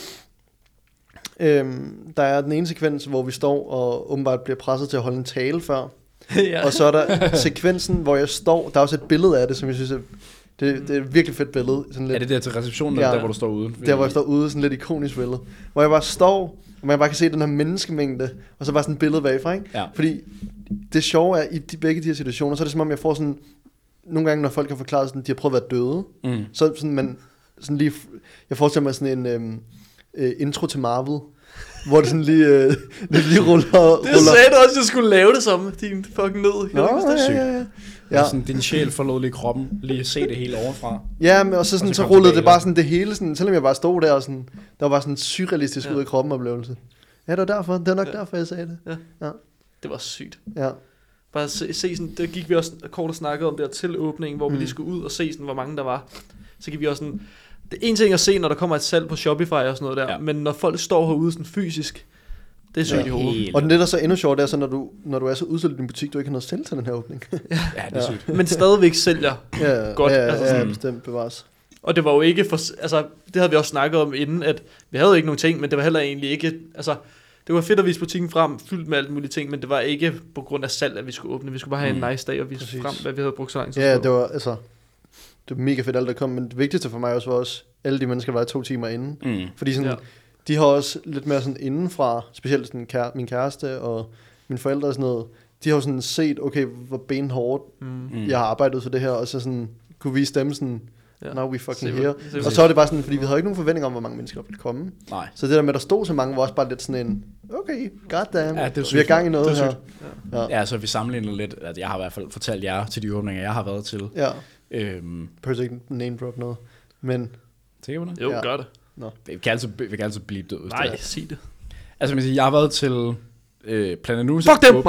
Øhm, der er den ene sekvens, hvor vi står og åbenbart bliver presset til at holde en tale før. Ja. Og så er der sekvensen, hvor jeg står, der er også et billede af det, som jeg synes er, det, det er et virkelig fedt billede. Sådan lidt, Er det der til receptionen, Ja. ja. der hvor du står ude? der hvor jeg står ude, sådan lidt ikonisk billede. Hvor jeg bare står, og man bare kan se den her menneskemængde, og så bare sådan et billede bagfra, ikke? Ja. Fordi det sjove er, i de, begge de her situationer, så er det som om, jeg får sådan, nogle gange, når folk har forklaret sådan, de har prøvet at være døde, Mm. så sådan man, sådan lige, jeg forestiller mig sådan en øhm, øh, intro til Marvel, hvor det sådan lige, øh, det lige ruller, Det ruller. sagde du også, at jeg skulle lave det som din fucking nød. Kan Nå, du huske det? ja, ja, ja. Ja. Ja. Sådan, din sjæl forlod lige kroppen, lige se det hele overfra. Ja, men og så, sådan, Og så så, kom rullede tilbage det bare igen. sådan det hele, sådan, selvom jeg bare stod der, og sådan, der var bare sådan en surrealistisk Ja. ud af kroppen oplevelse. Ja, det var derfor, det var nok Ja. derfor, jeg sagde det. Det var sygt. Ja. Bare se, se sådan, der gik vi også kort og snakkede om der til åbningen, hvor mm. vi lige skulle ud og se sådan, hvor mange der var. Så gik vi også sådan, det er en ting at se, når der kommer et salg på Shopify og sådan noget der, Ja. men når folk står herude sådan fysisk, det er sygt Ja, i hovedet. helt. Og det, der er så endnu sjovt, det er så, når du, når du er så udstillet i din butik, du ikke har noget selv til den her åbning. Ja, det er Ja. sygt. Men stadigvæk sælger. ja, Godt, ja, altså ja, sådan- bestemt bevares. Og det var jo ikke for, altså det havde vi også snakket om inden, at vi havde ikke nogen ting, men det var heller egentlig ikke, altså det var fedt at vise butikken frem, fyldt med alt mulige ting, men det var ikke på grund af salg, at vi skulle åbne. Vi skulle bare have Mm. en nice dag og vise Præcis. frem, hvad vi havde brugt så lang tid Ja, på. det var, altså, det var mega fedt alt, der kom, men det vigtigste for mig også var også, alle de mennesker, der var i to timer inden. Mm. Fordi sådan, Ja. ja. de har også lidt mere sådan indenfra, specielt sådan kære, min kæreste og mine forældre og sådan noget, de har jo sådan set, okay, hvor benhårdt Mm. Mm. jeg har arbejdet for det her, og så sådan kunne vise dem sådan, Ja. now we fucking Se, here. hvor- se, hvor- Og så er det bare sådan, fordi vi havde ikke nogen forventning om, hvor mange mennesker der ville komme. Nej. Så det der med, at der stod så mange, var også bare lidt sådan en, okay, goddamn, Ja, det er vi sygt. har gang i noget Det er her. sygt. Ja. Ja, så vi sammenligner lidt, at jeg har i hvert fald fortalt jer til de åbninger, jeg har været til. Ja, Øhm, behøver ikke name drop noget. Men, tænker du det? Jo, Ja. gør det. Vi kan altid, vi kan altid blive det ud. Nej, sig det. Altså, man siger, jeg har været til øh, Plananusa. Fuck dem!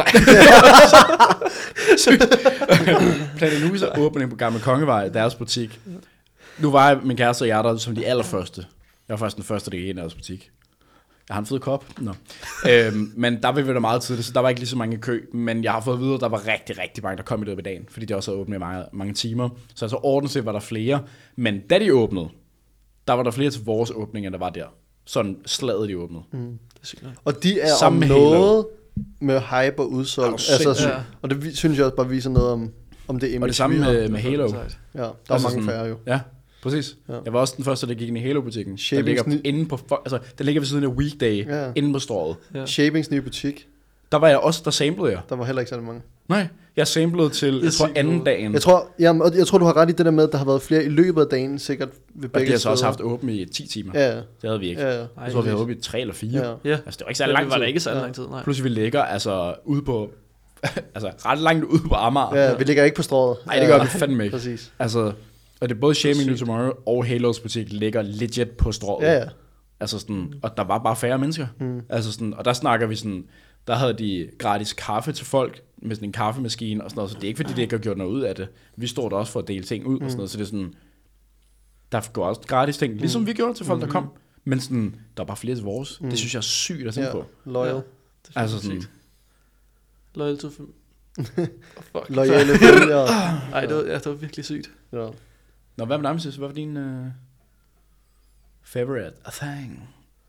Plananusa åbning på Gamle Kongevej, deres butik. Nu var jeg, min kæreste og jeg der som de allerførste. Jeg var faktisk den første, der gik ind i deres butik. Jeg har en fed kop. Nå. øhm, men der var vi da meget tidligt, så der var ikke lige så mange i kø. Men jeg har fået at vide, at der var rigtig, rigtig mange, der kom i løbet af dagen. Fordi de også havde åbnet i mange, mange timer. Så altså ordentligt set var der flere. Men da de åbnede, der var der flere til vores åbning, end der var der. Sådan slaget de åbnede. mm. Det er sygt nok. Og de er Sammen om med Halo. noget med hype og Er udsolgt. du Altså, sindssyg? Ja. og det vi- synes jeg også bare viser noget om, om det image, Og det samme vi har. med, med Halo. Sejt. Ja, der er Altså mange sådan- færre jo. Ja, præcis. Ja. Jeg var også den første, der gik ind i Halo-butikken. Der Shapings ligger ny- inde på, for- altså, der ligger ved siden af Weekday, Ja. inde på strået. Ja. Shapings nye butik, Der var jeg også, der samplede jeg. der var heller ikke særlig mange. Nej, jeg samplede til, jeg tror, sygt anden noget. dagen. Jeg tror, jamen, og jeg tror, du har ret i det der med, at der har været flere i løbet af dagen, sikkert ved og begge de har så også steder. haft åbent i ti timer. Ja, Det havde vi ikke. ja, ja. Jeg tror, vi havde åbent i tre eller fire. Ja. Ja. Altså, det var ikke så Det lang var tid. da ikke så Ja. lang tid, nej. Pludselig vi ligger altså ude på, altså ret langt ude på Amager. Ja, vi ligger ikke på strået. Nej, det gør vi fandme ikke. Præcis. Altså, og det er både Shaming New sygt. Tomorrow og Halos butik ligger legit på strået. Ja, ja. Altså sådan, og der var bare færre mennesker. Mm. Altså sådan, og der snakker vi sådan, der havde de gratis kaffe til folk med sådan en kaffemaskine og sådan noget, så det er ikke fordi, de ikke har gjort noget ud af det. Vi står der også for at dele ting ud og sådan noget, så det er sådan, der går også gratis ting, ligesom vi gjorde til folk, der kom. Men sådan, der er bare flere til vores. Det synes jeg er sygt at tænke Ja, på. loyal. Ja. Det er Altså altså sådan, sygt. Loyal to fam- Fuck. Loyale følgere. Ej, det var, ja, det var virkelig sygt. Ja. Nå, hvad med dig, Mathis? Hvad var din uh, favorite thing?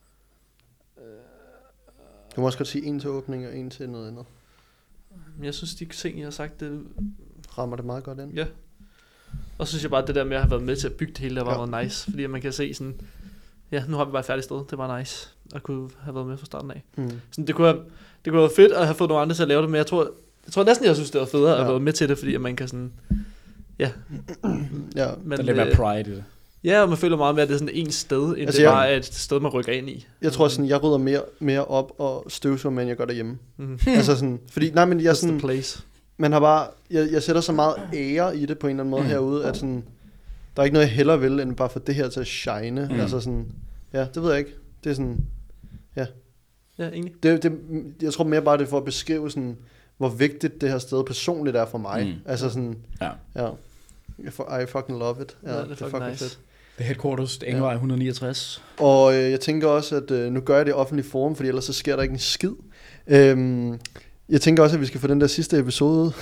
Du må også godt sige en til åbning og en til noget andet. Men jeg synes, de ting, jeg har sagt, det... Rammer det meget godt ind. Ja. Og så synes jeg bare, at det der med at have været med til at bygge det hele, der var Ja. meget nice. Fordi man kan se sådan... Ja, nu har vi bare et færdigt sted. Det var nice at kunne have været med fra starten af. Mm. Sådan, det kunne have, det kunne have været fedt at have fået nogle andre til at lave det, men jeg tror, jeg tror næsten, jeg synes, det var federe at Ja. have været med til det, fordi at man kan sådan... Ja, Ja. Der men, er lidt mere øh, pride i det. ja, og man føler meget mere, at det er sådan en sted, end Altså, altså, det jeg- bare er et sted, man rykker ind i. Jeg tror sådan, jeg rydder mere, mere op og støvsuger, end jeg gør derhjemme. Mm. Altså sådan, fordi, nej, men jeg That's the sådan, place. man har bare, jeg, jeg sætter så meget ære i det på en eller anden måde Mm. herude, at sådan, der er ikke noget, jeg hellere vil, end bare få det her til at shine. Mm. Altså sådan, ja, det ved jeg ikke. Det er sådan, Ja, egentlig. det, det, jeg tror mere bare, det er for at beskrive sådan, hvor vigtigt det her sted personligt er for mig. Mm. Altså sådan, Ja. ja. I fucking love it. Ja, Ja, det er fucking nice. fedt. The headquarters, Engevej et hundrede niogtres. Og øh, jeg tænker også, at øh, nu gør jeg det i offentlig forum, fordi ellers så sker der ikke en skid. Øhm, jeg tænker også, at vi skal få den der sidste episode ud.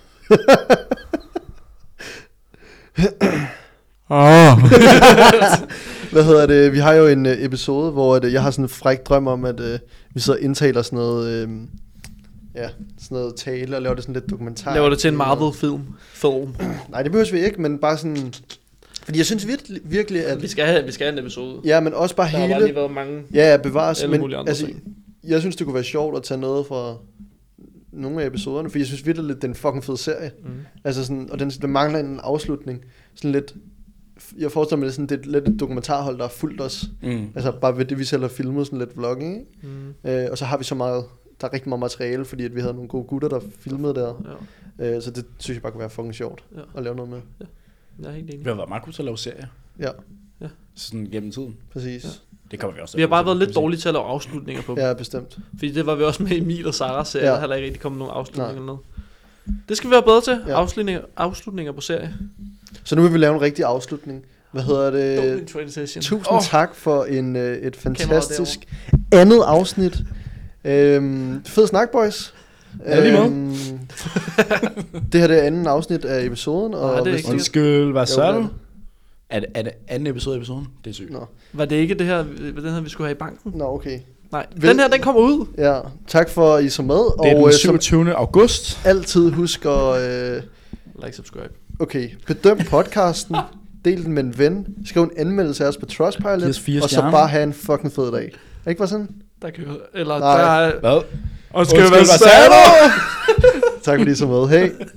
Hvad hedder det? Vi har jo en øh, episode, hvor at, øh, jeg har sådan en fræk drøm om, at øh, vi sidder og indtaler sådan noget, øh, ja, sådan noget tale og laver det sådan lidt dokumentar. Laver det til en Marvel-film. Film. Nej, det behøver vi ikke, men bare sådan... Fordi jeg synes virkelig, virkelig at... Vi skal have, vi skal have en episode. Ja, men også bare Der har hele... bare lige været mange... Ja, ja, bevares. Alle Men mulige andre altså, ting. jeg synes, det kunne være sjovt at tage noget fra nogle af episoderne, for jeg synes virkelig, det er en fucking fed serie. Mm. Altså sådan, og den, den mangler en afslutning. Sådan lidt... Jeg forestiller mig, det er sådan det er lidt et dokumentarhold, der har fulgt os. Mm. Altså bare ved det, vi selv har filmet, sådan lidt vlogging, ikke? Mm. Øh, og så har vi så meget... Der er rigtig meget materiale, fordi at vi havde nogle gode gutter, der filmede der. Ja, Øh, så det synes jeg bare kunne være fucking sjovt Ja. at lave noget med. jeg er helt enig. Vi har været meget gode til at lave serier. Ja, Sådan gennem tiden. præcis. Ja. Det kommer vi også til. Vi har bare været lidt kan man sige. dårlige til at lave afslutninger på dem. Ja, bestemt. Fordi det var vi også med Emil og Sarah serie, Ja. ja. Der heller ikke rigtig kommet nogen afslutninger Nej. eller noget. Det skal vi være bedre til. Ja. Ja. Afslutninger, afslutninger på serie. Så nu vil vi lave en rigtig afslutning. Hvad hedder Don't det? intro session. Tusind Åh. oh. tak for en, øh, et Kameraet fantastisk andet afsnit. Øhm, fed snak, boys. Ja, lige måde. Øhm, det her det er anden afsnit af episoden. Og Nej, det er hvis- ikke Undskyld, hvad Jo, sagde det er du? Er det, er det anden episode af episoden? Det er sygt. Nå, Var det ikke det her, den her vi skulle have i banken? Nå, okay. Nej, Vil- den her, den kommer ud. Ja, tak for at I så med. Det er og den øh, som syvogtyvende august. altid husk at... Øh, Like, subscribe. okay, bedøm podcasten. Del den med en ven. Skriv en anmeldelse af os på Trustpilot. Giv os fire Og så stjerner. bare have en fucking fed dag. Ikke bare sådan? Der kan eller Nej. der er... Hvad? Undskyld, Undskyld, hvad sagde du? Tak fordi I så med. Hej.